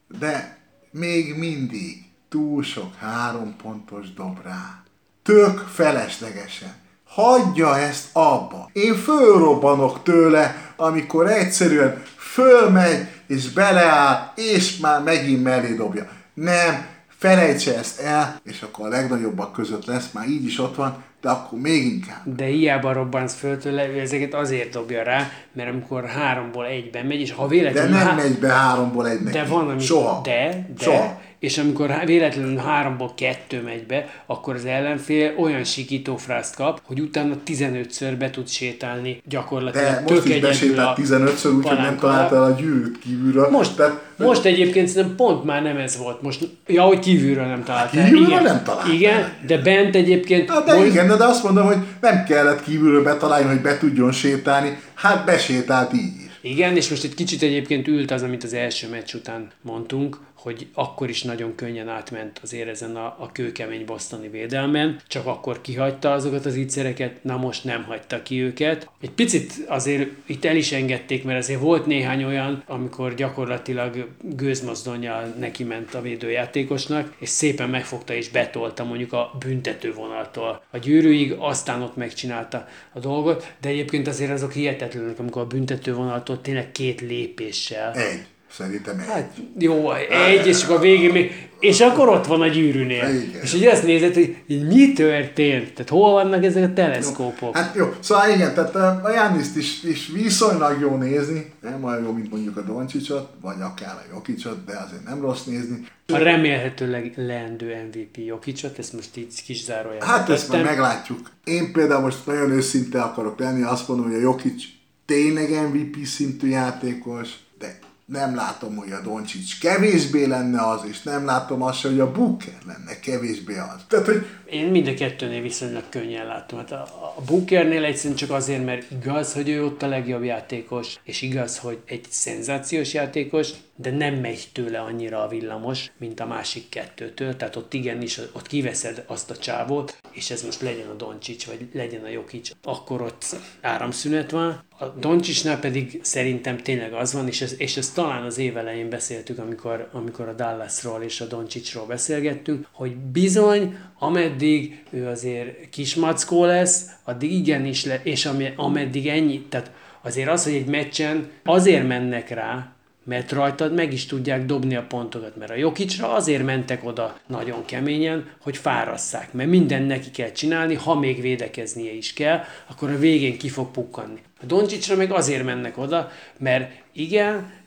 de még mindig túl sok három pontos dob rá. Tök feleslegesen. Hagyja ezt abba. Én fölrobbanok tőle, amikor egyszerűen fölmegy, és beleáll, és már megint mellé dobja. Nem, felejtse ezt el, és akkor a legnagyobbak között lesz, már így is ott van, de akkor még inkább. De hiába robbansz föl tőle, ő ezeket azért dobja rá, mert amikor háromból egyben megy, és ha véletlenül... De nem há... megy be háromból egynek. De van, amikor... Soha. De, de. Soha. És amikor véletlenül háromból kettő megy be, akkor az ellenfél olyan sikítófrászt kap, hogy utána tizenötször be tud sétálni gyakorlatilag. De most is besétált tizenötször, úgyhogy nem találta a gyűrűt kívülről. Most, Tehát, most egyébként szerintem pont már nem ez volt. Most, ja, hogy kívülről nem találta. Kívülről igen, nem találta. Igen, de bent egyébként... Na, de most... igen, de azt mondom, hogy nem kellett kívülről betalálni, hogy be tudjon sétálni. Hát besétált így is. Igen, és most egy kicsit egyébként ült az, amit az első meccs után mondtunk, hogy akkor is nagyon könnyen átment azért ezen a, a kőkemény bostoni védelmen, csak akkor kihagyta azokat az ígyszereket, na most nem hagyta ki őket. Egy picit azért itt el is engedték, mert azért volt néhány olyan, amikor gyakorlatilag gőzmozdonnyal neki ment a védőjátékosnak, és szépen megfogta és betolta mondjuk a büntetővonaltól a gyűrűig, aztán ott megcsinálta a dolgot, de egyébként azért azok hihetetlenek, amikor a büntetővonaltól tényleg két lépéssel. Egy. Szerintem egy. Hát jó, egy, és akkor a végén még, és akkor ott van a gyűrűnél. Igen. És ugye azt nézed, hogy mi történt? Tehát hol vannak ezek a teleszkópok? Jó. Hát jó, szóval igen, tehát a Gianniszt is, is viszonylag jó nézni, nem olyan jó, mint mondjuk a Doncsicsot, vagy akár a Jokicsot, de azért nem rossz nézni. A remélhetőleg leendő em vé pé Jokicsot, ezt most így kis zárójelben Hát ezt már meglátjuk. Én például most nagyon őszinte akarok lenni, azt mondom, hogy a Jokic tényleg em vé pé szintű játékos, de nem látom, hogy a Doncsics kevésbé lenne az, és nem látom azt, hogy a Booker lenne kevésbé az. Tehát, hogy... Én mind a kettőnél viszonylag könnyen látom. Hát a, a Bookernél egyszerűen csak azért, mert igaz, hogy ő ott a legjobb játékos, és igaz, hogy egy szenzációs játékos, de nem megy tőle annyira a villamos, mint a másik kettőtől. Tehát ott igenis, ott kiveszed azt a csávót, és ez most legyen a Doncsics, vagy legyen a Jokic, akkor ott áramszünet van. A Doncsicsnál pedig szerintem tényleg az van, és, ez, és ezt talán az év elején beszéltük, amikor, amikor a Dallasról és a Doncsicsról beszélgettünk, hogy bizony, ameddig ő azért kismackó lesz, addig igenis le, és ameddig ennyi, tehát azért az, hogy egy meccsen azért mennek rá, mert rajtad meg is tudják dobni a pontokat, mert a Jokicsra azért mentek oda nagyon keményen, hogy fárasszák, mert minden neki kell csinálni, ha még védekeznie is kell, akkor a végén ki fog pukkanni. A Doncsicsra meg azért mennek oda, mert igen,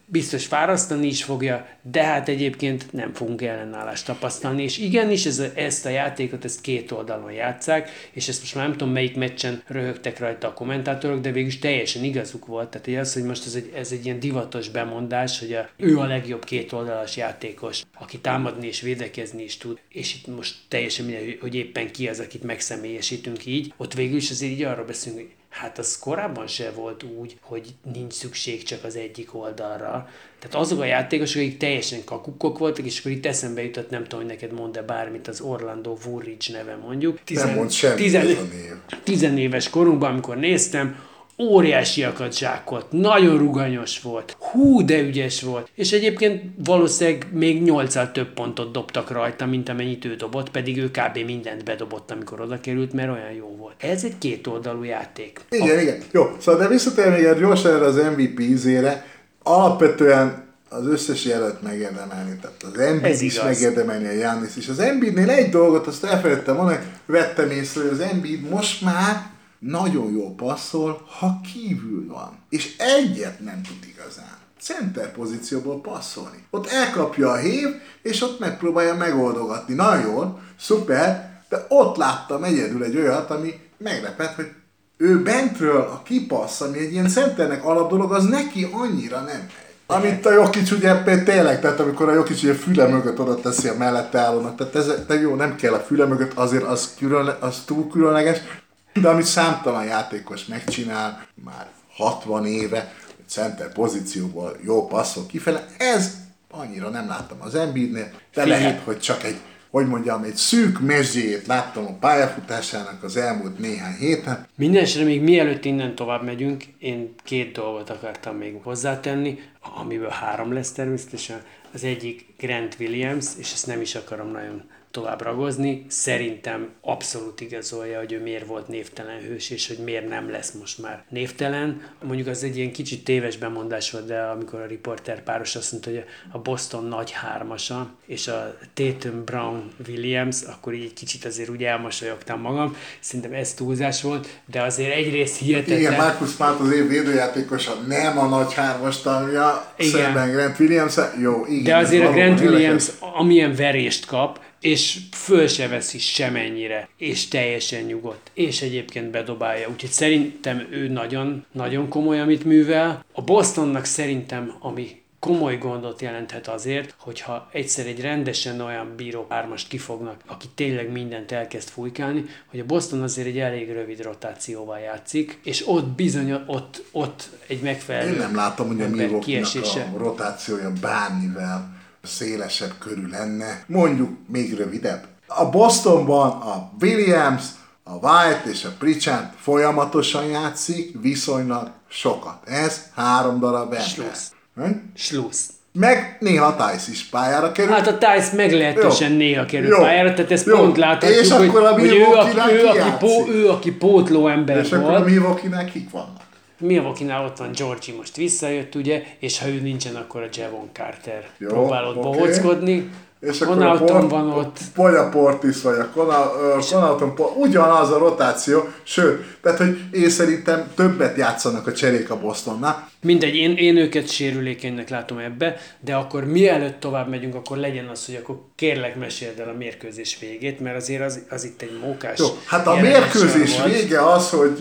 biztos fárasztani is fogja, de hát egyébként nem fogunk ellenállást tapasztalni, és igenis ez a, ezt a játékot, ezt két oldalon játsszák, és ezt most már nem tudom melyik meccsen röhögtek rajta a kommentátorok, de végülis teljesen igazuk volt. Tehát az, hogy most ez egy, ez egy ilyen divatos bemondás, hogy a, ő a legjobb két oldalas játékos, aki támadni és védekezni is tud, és itt most teljesen minden, hogy éppen ki az, akit megszemélyesítünk így, ott végülis azért így arról beszélünk, hogy hát az korábban se volt úgy, hogy nincs szükség csak az egyik oldalra. Tehát azok a játékosok, akik teljesen kakukok voltak, és akkor itt eszembe jutott, nem tudom, hogy neked mond-e bármit, az Orlando Woolridge neve mondjuk. Tizen, nem mond semmit tizen, ez a név. Tizenéves korunkban, amikor néztem, óriásiakat zsákolt, nagyon ruganyos volt, hú, de ügyes volt, és egyébként valószínűleg még nyolccal több pontot dobtak rajta, mint amennyit ő dobott, pedig ő kb. Mindent bedobott, amikor oda került, mert olyan jó volt. Ez egy kétoldalú játék. Igen, a... igen. Jó, szóval de visszatér még egy gyorsan erre az em vé pé ízére, alapvetően az összes jelölt megérdemelni, tehát az Embiid is megérdemelni, a Giannis is. Az Embiidnél egy dolgot, azt elfelejtettem mondani, vettem észre, hogy az Embiid most már nagyon jól passzol, ha kívül van. És egyet nem tud igazán. Center pozícióból passzolni. Ott elkapja a hév, és ott megpróbálja megoldogatni. Nagyon jól, szuper, de ott láttam egyedül egy olyat, ami meglepett, hogy ő bentről a kipassz, ami egy ilyen centernek alapdolog, az neki annyira nem megy. Amit a Jokic ugye tényleg, tehát amikor a Jokic ugye füle mögött oda teszi a mellette állónak, tehát ez, de jó, nem kell a füle mögött, azért az, külön, az túl különleges, de amit számtalan játékos megcsinál, már hatvan éve, center pozícióból jó passzol kifele, ez annyira nem láttam az Embiidnél, de lehet, hogy csak egy, hogy mondjam, egy szűk mezőjét láttam a pályafutásának az elmúlt néhány héten. Mindenesetre még mielőtt innen tovább megyünk, én két dolgot akartam még hozzátenni, amiből három lesz természetesen. Az egyik Grant Williams, és ezt nem is akarom nagyon tovább ragozni. Szerintem abszolút igazolja, hogy ő miért volt névtelen hős, és hogy miért nem lesz most már névtelen. Mondjuk az egy ilyen kicsit téves bemondás volt, de amikor a riporter páros azt mondta, hogy a Boston nagy hármasa, és a Tatum, Brown, Williams, akkor így egy kicsit azért úgy elmosolyogtam magam. Szerintem ez túlzás volt, de azért egyrészt hihetetlen. Igen, Marcus Smart az év védőjátékosa, nem a nagy hármas tagja, szemben Grant Williams, jó, igen. De azért a Grant Williams amilyen verést kap, és föl se veszi semennyire, és teljesen nyugodt, és egyébként bedobálja. Úgyhogy szerintem ő nagyon, nagyon komoly, amit művel. A Bostonnak szerintem, ami komoly gondot jelenthet azért, hogyha egyszer egy rendesen olyan bíró hármast kifognak, aki tényleg mindent elkezd fújkálni, hogy a Boston azért egy elég rövid rotációval játszik, és ott bizony, ott, ott egy megfelelő Én nem látom, hogy a Milwaukee-nak a rotációja bármivel szélesebb körű lenne, mondjuk még rövidebb. A Bostonban a Williams, a White és a Pritchard folyamatosan játszik, viszonylag sokat. Ez három darab ember. Slusz. Hm? Slusz. Meg néha Tice is pályára kerül. Hát a Tice meglehetősen jó. néha kerül jó. pályára, tehát ezt jó. pont láthatjuk, és hogy, akkor a hogy ő, aki, ő, aki játszik. pó, ő, aki pótló ember és volt. És akkor a Milwaukee-nek kik vannak? Milwaukee-nál ott van Georgie, most visszajött, ugye, és ha ő nincsen, akkor a Javon Carter jó, próbál ott okay. bohóckodni. És Connaughton akkor a van ott. Polya Portis vagy a Connaughton, ugyanaz a rotáció, sőt, tehát hogy én szerintem többet játszanak a cserék a Bostonnál. Mindegy, én, én őket sérülékenynek látom ebbe, de akkor mielőtt tovább megyünk, akkor legyen az, hogy akkor kérlek meséld el a mérkőzés végét, mert azért az, az itt egy mókás. Jó, hát a mérkőzés vége az, hogy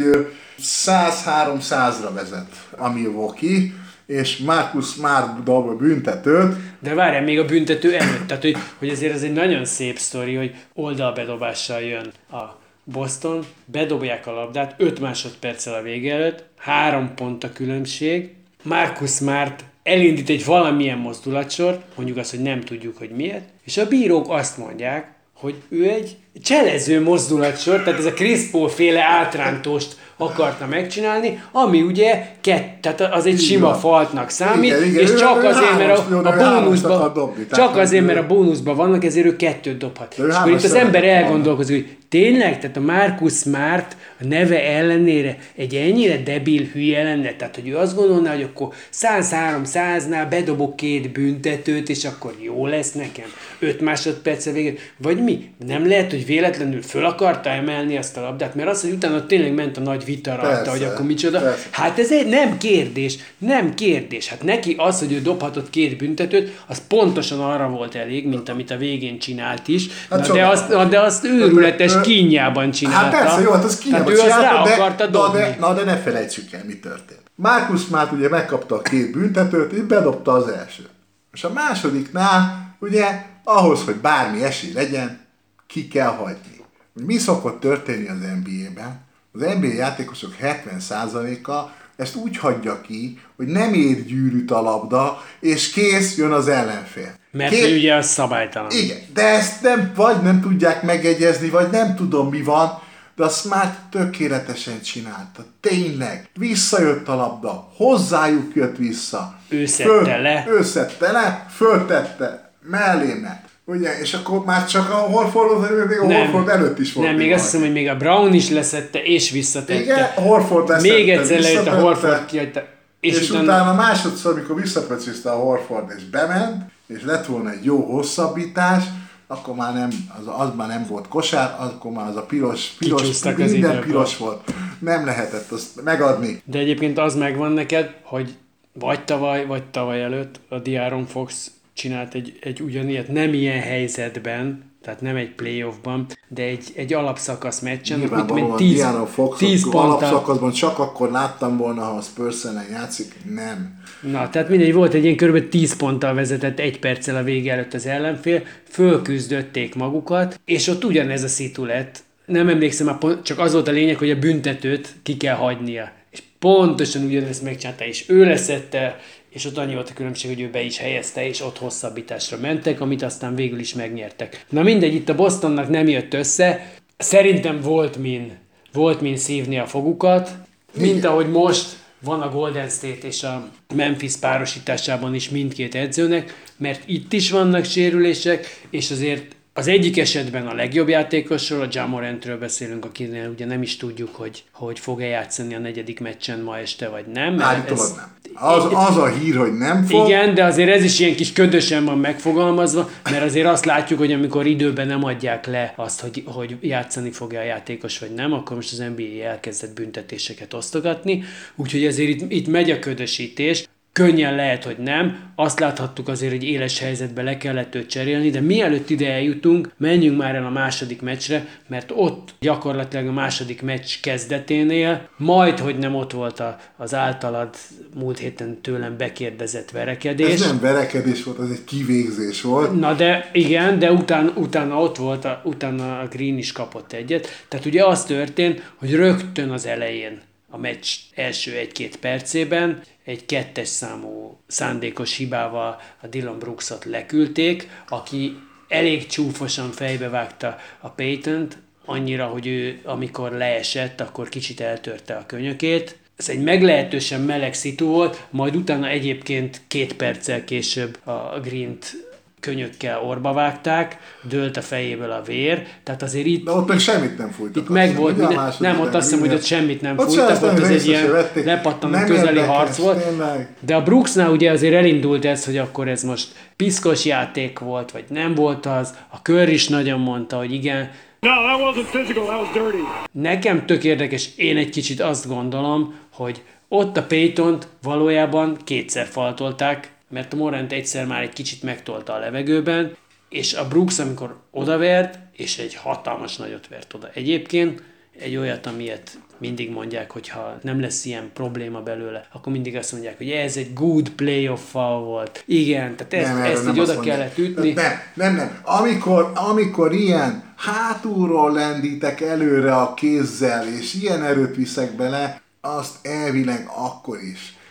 száz háromszázra vezet a Milwaukee, és Marcus Smart dob a büntetőt. De várjál, még a büntető előtt, tehát hogy, hogy azért ez egy nagyon szép sztori, hogy oldalbedobással jön a Boston, bedobják a labdát öt másodperccel a vége előtt, három pont a különbség, Marcus Smart elindít egy valamilyen mozdulatsort, mondjuk azt, hogy nem tudjuk, hogy miért, és a bírók azt mondják, hogy ő egy cselező mozdulatsor, tehát ez a Chris Paul féle átrántóst akarta megcsinálni, ami ugye kett, tehát az egy igen. sima faltnak számít, igen, igen. és csak ő azért, mert a, a bónuszban, dobni, csak azért, mert a bónuszban vannak, ezért ő kettőt dobhat. És akkor itt az ember elgondolkozik, hogy tényleg, tehát a Marcus Smart a neve ellenére egy ennyire debil hülye lenne, tehát hogy ő azt gondolná, hogy akkor száz három száznál bedobok két büntetőt, és akkor jó lesz nekem, öt másodperce végén, vagy mi? Nem lehet, hogy véletlenül föl akarta emelni azt a labdát, mert az, hogy utána tényleg ment a nagy vita rajta, hogy akkor micsoda. Persze. Hát ez egy nem kérdés, nem kérdés. Hát neki az, hogy ő dobhatott két büntetőt, az pontosan arra volt elég, mint amit a végén csinált is, hát de, azt, de azt őrületes kínjában csinálta. Hát persze, jó, hát az kínjában csinálta, csinálta, de, akarta dobni. Na de, na de ne felejtsük el, mi történt. Marcus Smart ugye megkapta a két büntetőt, és bedobta az elsőt. És a másodiknál, ugye, ahhoz, hogy bármi esély legyen, ki kell hagyni. Mi szokott történni az en bé á-ben? Az en bé á játékosok hetven százaléka ezt úgy hagyja ki, hogy nem ér gyűrűt a labda, és kész, jön az ellenfél. Mert Kész... ugye az szabálytalan. Igen, de ezt nem, vagy nem tudják megegyezni, vagy nem tudom mi van, de a Smart tökéletesen csinálta. Tényleg. Visszajött a labda, hozzájuk jött vissza. Ő szedte le. Ő szedte le, föltette, mellé ment. Ugye, és akkor már csak a Horford, még a nem, Horford előtt is volt. Nem, még azt hiszem, hogy még a Brown is leszette, és visszatette. Igen, a Horford leszette, még egyszer lejött a Horford kihagyta. És, és utána... utána másodszor, amikor visszapöcizte a Horford és bement, és lett volna egy jó hosszabbítás, akkor már nem, az, az már nem volt kosár, akkor már az a piros, piros minden piros volt. Nem lehetett azt megadni. De egyébként az megvan neked, hogy vagy tavaly, vagy tavaly előtt a De'Aaron Fox csinált egy, egy ugyanilyet, nem ilyen helyzetben, tehát nem egy playoffban, de egy, egy alapszakasz meccsen. Nyilvánvalóan a De'Aaron Fox alapszakaszban csak akkor láttam volna, ha a Spurs ellen játszik, nem. Na, tehát mindegy, volt egy ilyen kb. tíz ponttal vezetett egy perccel a vége előtt az ellenfél, fölküzdötték magukat, és ott ugyanez a szitu lett. Nem emlékszem, csak az volt a lényeg, hogy a büntetőt ki kell hagynia. És pontosan ugyanezt megcsinálta, és ő leszette, és ott annyi volt a különbség, hogy ő be is helyezte, és ott hosszabbításra mentek, amit aztán végül is megnyertek. Na mindegy, itt a Bostonnak nem jött össze, szerintem volt min, volt min szívni a fogukat, mint ahogy most van a Golden State és a Memphis párosításában is mindkét edzőnek, mert itt is vannak sérülések, és azért az egyik esetben a legjobb játékosról, a Ja Morantről beszélünk, akinél ugye nem is tudjuk, hogy, hogy fog-e játszani a negyedik meccsen ma este, vagy nem. Állítólag nem. Az, az a hír, hogy nem fog. Igen, de azért ez is ilyen kis ködösen van megfogalmazva, mert azért azt látjuk, hogy amikor időben nem adják le azt, hogy, hogy játszani fog-e a játékos, vagy nem, akkor most az en bé á elkezdett büntetéseket osztogatni, úgyhogy azért itt, itt megy a ködösítés. Könnyen lehet, hogy nem. Azt láthattuk azért, hogy éles helyzetben le kellett őt cserélni, de mielőtt ide eljutunk, menjünk már el a második meccsre, mert ott gyakorlatilag a második meccs kezdeténél, majd, hogy nem ott volt a, az általad múlt héten tőlem bekérdezett verekedés. Ez nem verekedés volt, az egy kivégzés volt. Na de igen, de után, utána ott volt, a, utána a Green is kapott egyet. Tehát ugye az történt, hogy rögtön az elején a meccs első egy-két percében egy kettes számú szándékos hibával a Dillon Brooksot leküldték, aki elég csúfosan fejbevágta a Paytont, annyira, hogy ő amikor leesett, akkor kicsit eltörte a könyökét. Ez egy meglehetősen meleg szitu volt, majd utána egyébként két perccel később a Greent könyökkel orba vágták, dőlt a fejéből a vér, tehát azért itt... De ott meg semmit nem fújtak. Itt meg volt, minden, nem, ott azt hiszem, hogy ott semmit nem fújtak, ott az egy ilyen lepattanó közeli harc volt. Tényleg. De a Brooksnál ugye azért elindult ez, hogy akkor ez most piszkos játék volt, vagy nem volt az. A Curry is nagyon mondta, hogy igen. No, that wasn't physical, that was dirty. Nekem tök érdekes, én egy kicsit azt gondolom, hogy ott a Paytont valójában kétszer faltolták, mert a Morant egyszer már egy kicsit megtolta a levegőben, és a Brooks, amikor odavert, és egy hatalmas nagyot vert oda. Egyébként egy olyat, amilyet mindig mondják, hogy ha nem lesz ilyen probléma belőle, akkor mindig azt mondják, hogy ez egy good playoff foul volt. Igen, tehát ezt, nem, ezt így oda mondják. Kellett ütni. Nem, nem, nem. Amikor, amikor ilyen hátulról lendítek előre a kézzel, és ilyen erőt viszek bele, azt elvileg akkor is.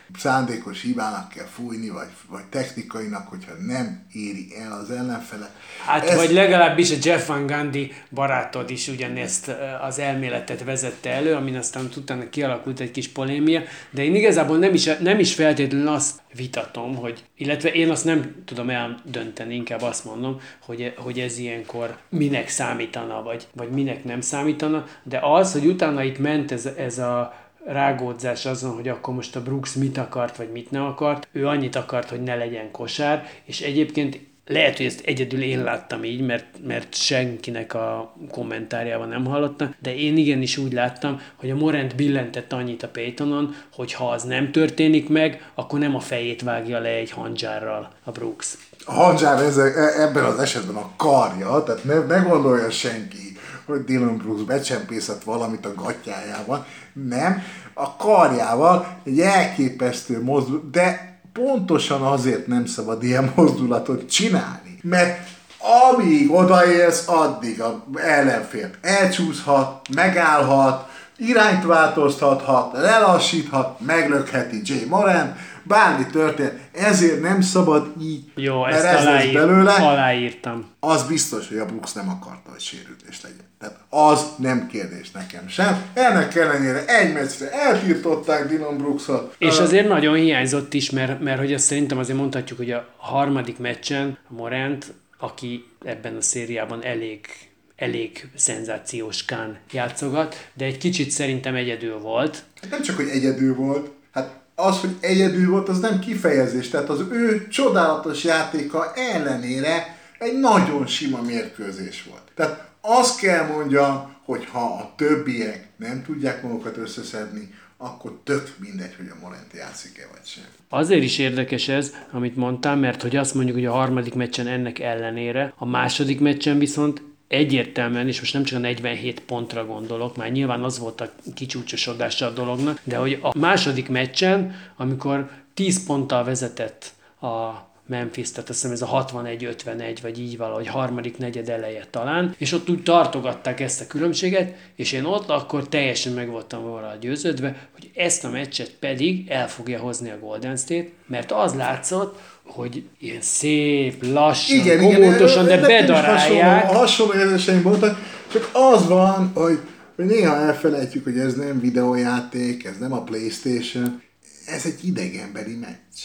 szándékos hibának kell fújni, vagy, vagy technikainak, hogyha nem éri el az ellenfele. Hát, Ez... vagy legalábbis a Jeff Van Gundy barátod is ugyanezt az elméletet vezette elő, amin aztán utána kialakult egy kis polémia, de én igazából nem is, nem is feltétlenül azt vitatom, hogy, illetve én azt nem tudom eldönteni, inkább azt mondom, hogy, hogy ez ilyenkor minek számítana, vagy, vagy minek nem számítana, de az, hogy utána itt ment ez, ez a rágódzás azon, hogy akkor most a Brooks mit akart, vagy mit nem akart. Ő annyit akart, hogy ne legyen kosár, és egyébként lehet, hogy ezt egyedül én láttam így, mert, mert senkinek a kommentárjában nem hallottam, de én igenis úgy láttam, hogy a Morant billentett annyit a Paytonon, hogy ha az nem történik meg, akkor nem a fejét vágja le egy handzsárral a Brooks. A handzsár ebben az esetben a karja, tehát ne, ne gondolja senki, hogy Dillon Brooks becsempészett valamit a gatyájával. Nem, a karjával egy elképesztő mozdulat, de pontosan azért nem szabad ilyen mozdulatot csinálni, mert amíg odaérsz, addig az ellenfél elcsúszhat, megállhat, irányt változtathat, lelassíthat, meglökheti Jay Morant, bármi történt, ezért nem szabad így, jó, mert ezt ez aláír, lesz belőle. aláírtam. Az biztos, hogy a Brooks nem akarta, hogy sérülés legyen. Tehát az nem kérdés nekem sem. Ennek ellenére egy meccsre eltiltották Dillon Brooksot. És azért nagyon hiányzott is, mert, mert hogy azt szerintem azért mondhatjuk, hogy a harmadik meccsen a Morant, aki ebben a szériában elég elég szenzációskán játszogat, de egy kicsit szerintem egyedül volt. Nem csak, hogy egyedül volt, hát az, hogy egyedül volt, az nem kifejezés. Tehát az ő csodálatos játéka ellenére egy nagyon sima mérkőzés volt. Tehát azt kell mondjam, hogy ha a többiek nem tudják magukat összeszedni, akkor tök mindegy, hogy a Morant játszik-e vagy sem. Azért is érdekes ez, amit mondtam, mert hogy azt mondjuk, hogy a harmadik meccsen ennek ellenére, a második meccsen viszont egyértelműen, és most nem csak a negyvenhét pontra gondolok, már nyilván az volt a kicsúcsosodása a dolognak, de hogy a második meccsen, amikor tíz ponttal vezetett a Memphis, tehát azt hiszem ez a hatvanegy ötvenegy, vagy így valahogy harmadik negyed eleje talán, és ott úgy tartogatták ezt a különbséget, és én ott akkor teljesen meg voltam volna győződve, hogy ezt a meccset pedig el fogja hozni a Golden State, mert az látszott, hogy ilyen szép, lassan, igen, komótosan, igen, de bedarálják. Hasonló, hasonló érzéseim voltak, csak az van, hogy, hogy néha elfelejtjük, hogy ez nem videójáték, ez nem a PlayStation, ez egy idegenbeli meccs.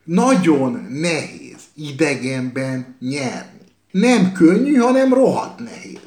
Nagyon nehéz idegenben nyerni. Nem könnyű, hanem rohadt nehéz.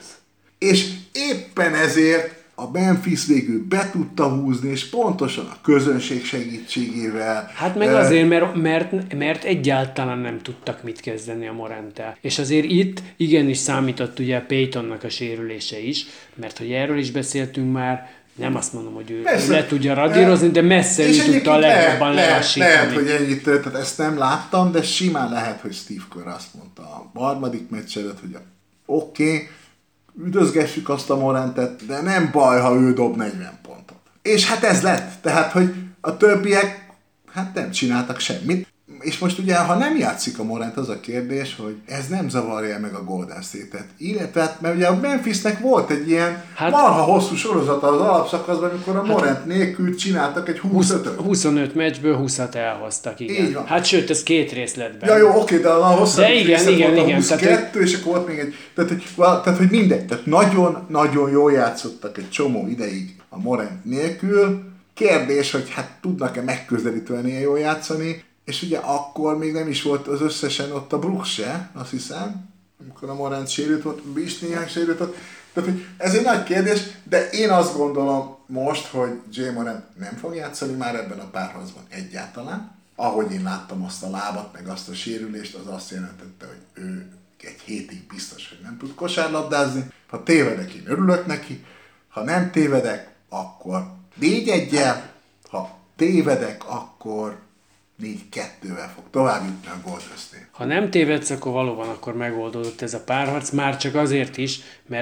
És éppen ezért a Memphis végül be tudta húzni, és pontosan a közönség segítségével. Hát meg azért, mert, mert, mert egyáltalán nem tudtak mit kezdeni a Moranttel. És azért itt igenis számított ugye Paytonnak a sérülése is, mert hogy erről is beszéltünk már, nem azt mondom, hogy ő Persze, le tudja radírozni, de messze ő tudta a legjobban lelassítani. Lehet, hogy ennyit, tehát ezt nem láttam, de simán lehet, hogy Steve Kerr azt mondta a harmadik meccs előtt, hogy oké, okay, üdözgessük azt a Morantet, de nem baj, ha ő dob negyven pontot. És hát ez lett. Tehát, hogy a többiek hát nem csináltak semmit. És most ugye, ha nem játszik a Morant, az a kérdés, hogy ez nem zavarja meg a Golden State-et. Illetve, mert ugye a Memphisnek volt egy ilyen hát, marha hosszú sorozata az alapszakaszban, amikor a Morant hát, nélkül csináltak egy huszonötöt. huszonöt meccsből húszat elhoztak, igen. Így van. Hát sőt, ez két részletben. Ja jó, oké, de a hosszabb de igen, igen, volt a igen, huszonkettő, tehát, és akkor volt még egy, tehát hogy, tehát, hogy mindegy, tehát nagyon-nagyon jól játszottak egy csomó ideig a Morant nélkül. Kérdés, hogy hát tudnak-e megközelítően ilyen jól játszani, és ugye akkor még nem is volt az összesen ott a Brooks se, azt hiszem, amikor a Morant sérült volt, is néhány sérült volt. Tehát, hogy ez egy nagy kérdés, de én azt gondolom most, hogy Jay Morant nem fog játszani már ebben a párharcban egyáltalán. Ahogy én láttam azt a lábat, meg azt a sérülést, az azt jelentette, hogy ő egy hétig biztos, hogy nem tud kosárlabdázni. Ha tévedek, én örülök neki. Ha nem tévedek, akkor négy egyel. Ha tévedek, akkor négy kettővel fog tovább jutni a Golden State. Ha nem tévedsz, akkor valóban akkor megoldódott ez a párharc, már csak azért is, mert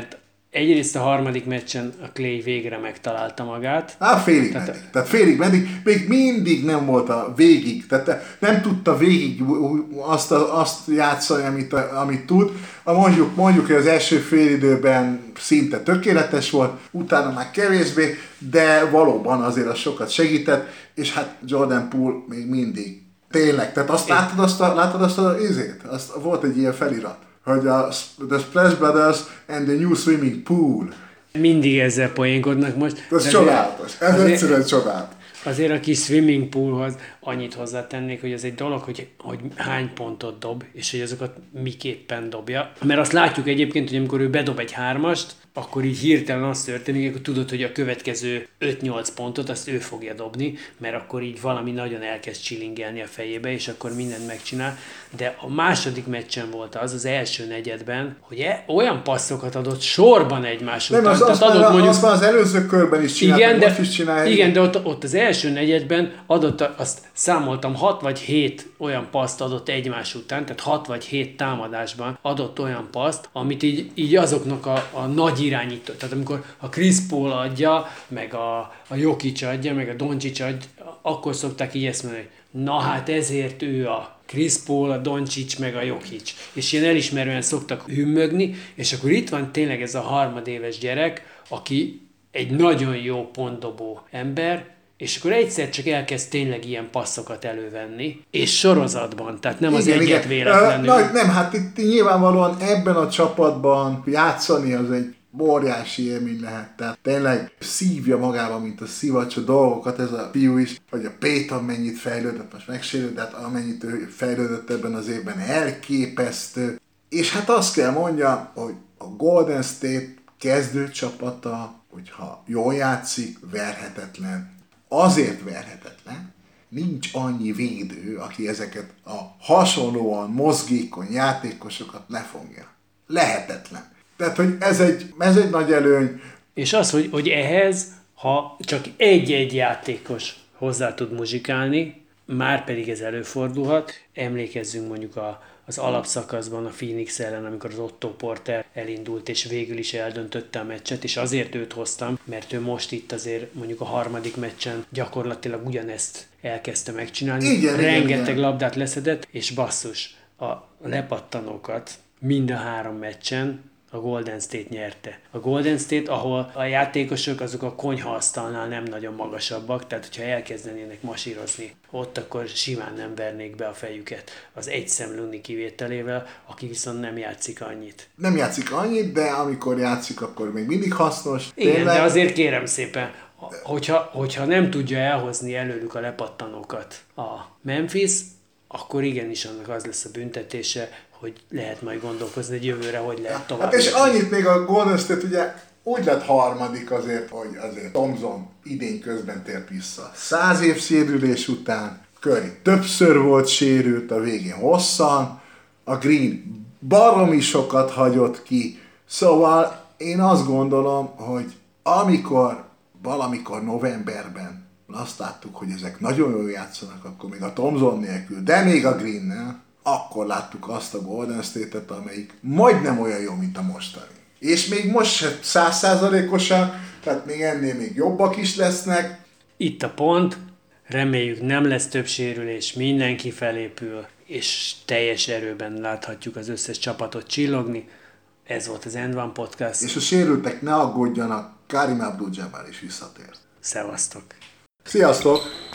egyrészt a harmadik meccsen a Clay végre megtalálta magát. Hát félig Tehát, meddig. Tehát félig meddig, még mindig nem volt a végig, tehát nem tudta végig azt, azt játszani, amit, amit tud. Mondjuk, mondjuk, hogy az első félidőben szinte tökéletes volt, utána már kevésbé, de valóban azért az sokat segített, és hát Jordan Poole még mindig. Tényleg, tehát azt láttad azt a, láttad azt a izét? Azt, volt egy ilyen felirat, hogy a The Splash Brothers and the New Swimming Pool. Mindig ezzel poénkodnak most. Ez csodálatos, ez azért, egyszerűen csodálatos. Azért a kis swimming poolhoz annyit hozzátennék, hogy ez egy dolog, hogy, hogy hány pontot dob, és hogy azokat miképpen dobja. Mert azt látjuk egyébként, hogy amikor ő bedob egy hármast, akkor így hirtelen az történik, akkor tudod, hogy a következő öt-nyolc pontot azt ő fogja dobni, mert akkor így valami nagyon elkezd csilingelni a fejébe, és akkor mindent megcsinál. De a második meccsen volt az, az első negyedben, hogy e, olyan passzokat adott sorban egymás után. Nem, az, az, adott már, mondjuk, az már az előző körben is csinált, igen, de, most is csinálja. Igen, de ott, ott az első negyedben adott, azt számoltam, hat vagy hét olyan paszt adott egymás után, tehát hat vagy hét támadásban adott olyan paszt, amit így, így azoknak a, a nagy irányító, tehát amikor a Chris Paul adja, meg a, a Jokic adja, meg a Doncic adja, akkor szokták így ezt mondani, hogy na hát ezért ő a Chris Paul, a Doncic, meg a Jokic. És ilyen elismerően szoktak hümmögni, és akkor itt van tényleg ez a harmadéves gyerek, aki egy nagyon jó pontdobó ember, és akkor egyszer csak elkezd tényleg ilyen passzokat elővenni, és sorozatban, tehát nem az igen, egyet igen. véletlenül. Uh, nem, hát itt nyilvánvalóan ebben a csapatban játszani az egy óriási élmény lehet. Tehát tényleg szívja magában, mint a szivacs a dolgokat, ez a fiú is, hogy a Payton mennyit fejlődött, most megsérült, de hát amennyit ő fejlődött ebben az évben elképesztő. És hát azt kell mondjam, hogy a Golden State kezdőcsapata, hogyha jól játszik, verhetetlen. Azért verhetetlen, nincs annyi védő, aki ezeket a hasonlóan mozgékony játékosokat lefogja. Lehetetlen. Tehát, hogy ez egy, ez egy nagy előny. És az, hogy, hogy ehhez, ha csak egy-egy játékos hozzá tud muzsikálni, már pedig ez előfordulhat. Emlékezzünk mondjuk a, az alapszakaszban a Phoenix ellen, amikor az Otto Porter elindult, és végül is eldöntötte a meccset, és azért őt hoztam, mert ő most itt azért mondjuk a harmadik meccsen gyakorlatilag ugyanezt elkezdte megcsinálni. Igen, rengeteg igen, labdát leszedett, és basszus, a lepattanókat mind a három meccsen a Golden State nyerte. A Golden State, ahol a játékosok azok a konyhaasztalnál nem nagyon magasabbak, tehát hogyha elkezdenének masírozni, ott akkor simán nem vernék be a fejüket. Az egyszem Looney kivételével, aki viszont nem játszik annyit. Nem játszik annyit, de amikor játszik, akkor még mindig hasznos. Igen, tényleg. de azért kérem szépen, hogyha, hogyha nem tudja elhozni előlük a lepattanókat a Memphis, akkor igenis annak az lesz a büntetése, hogy lehet majd gondolkozni egy jövőre, hogy lehet tovább. Hát és annyit még a Golden State ugye úgy lett harmadik azért, hogy azért Thompson idén közben tért vissza. Száz év sérülés után, Curry többször volt sérült, a végén hosszan, a Green baromi sokat hagyott ki. Szóval én azt gondolom, hogy amikor valamikor novemberben azt láttuk, hogy ezek nagyon jól játszanak, akkor még a Thompson nélkül, de még a Greennel, akkor láttuk azt a Golden State-et, amelyik majdnem olyan jó, mint a mostani. És még most se száz százalékosan, tehát még ennél még jobbak is lesznek. Itt a pont, reméljük nem lesz több sérülés, mindenki felépül, és teljes erőben láthatjuk az összes csapatot csillogni. Ez volt az End One Podcast. És a sérültek ne aggódjanak, Karim Abdul-Jabbar is visszatért. Szevasztok! Sziasztok!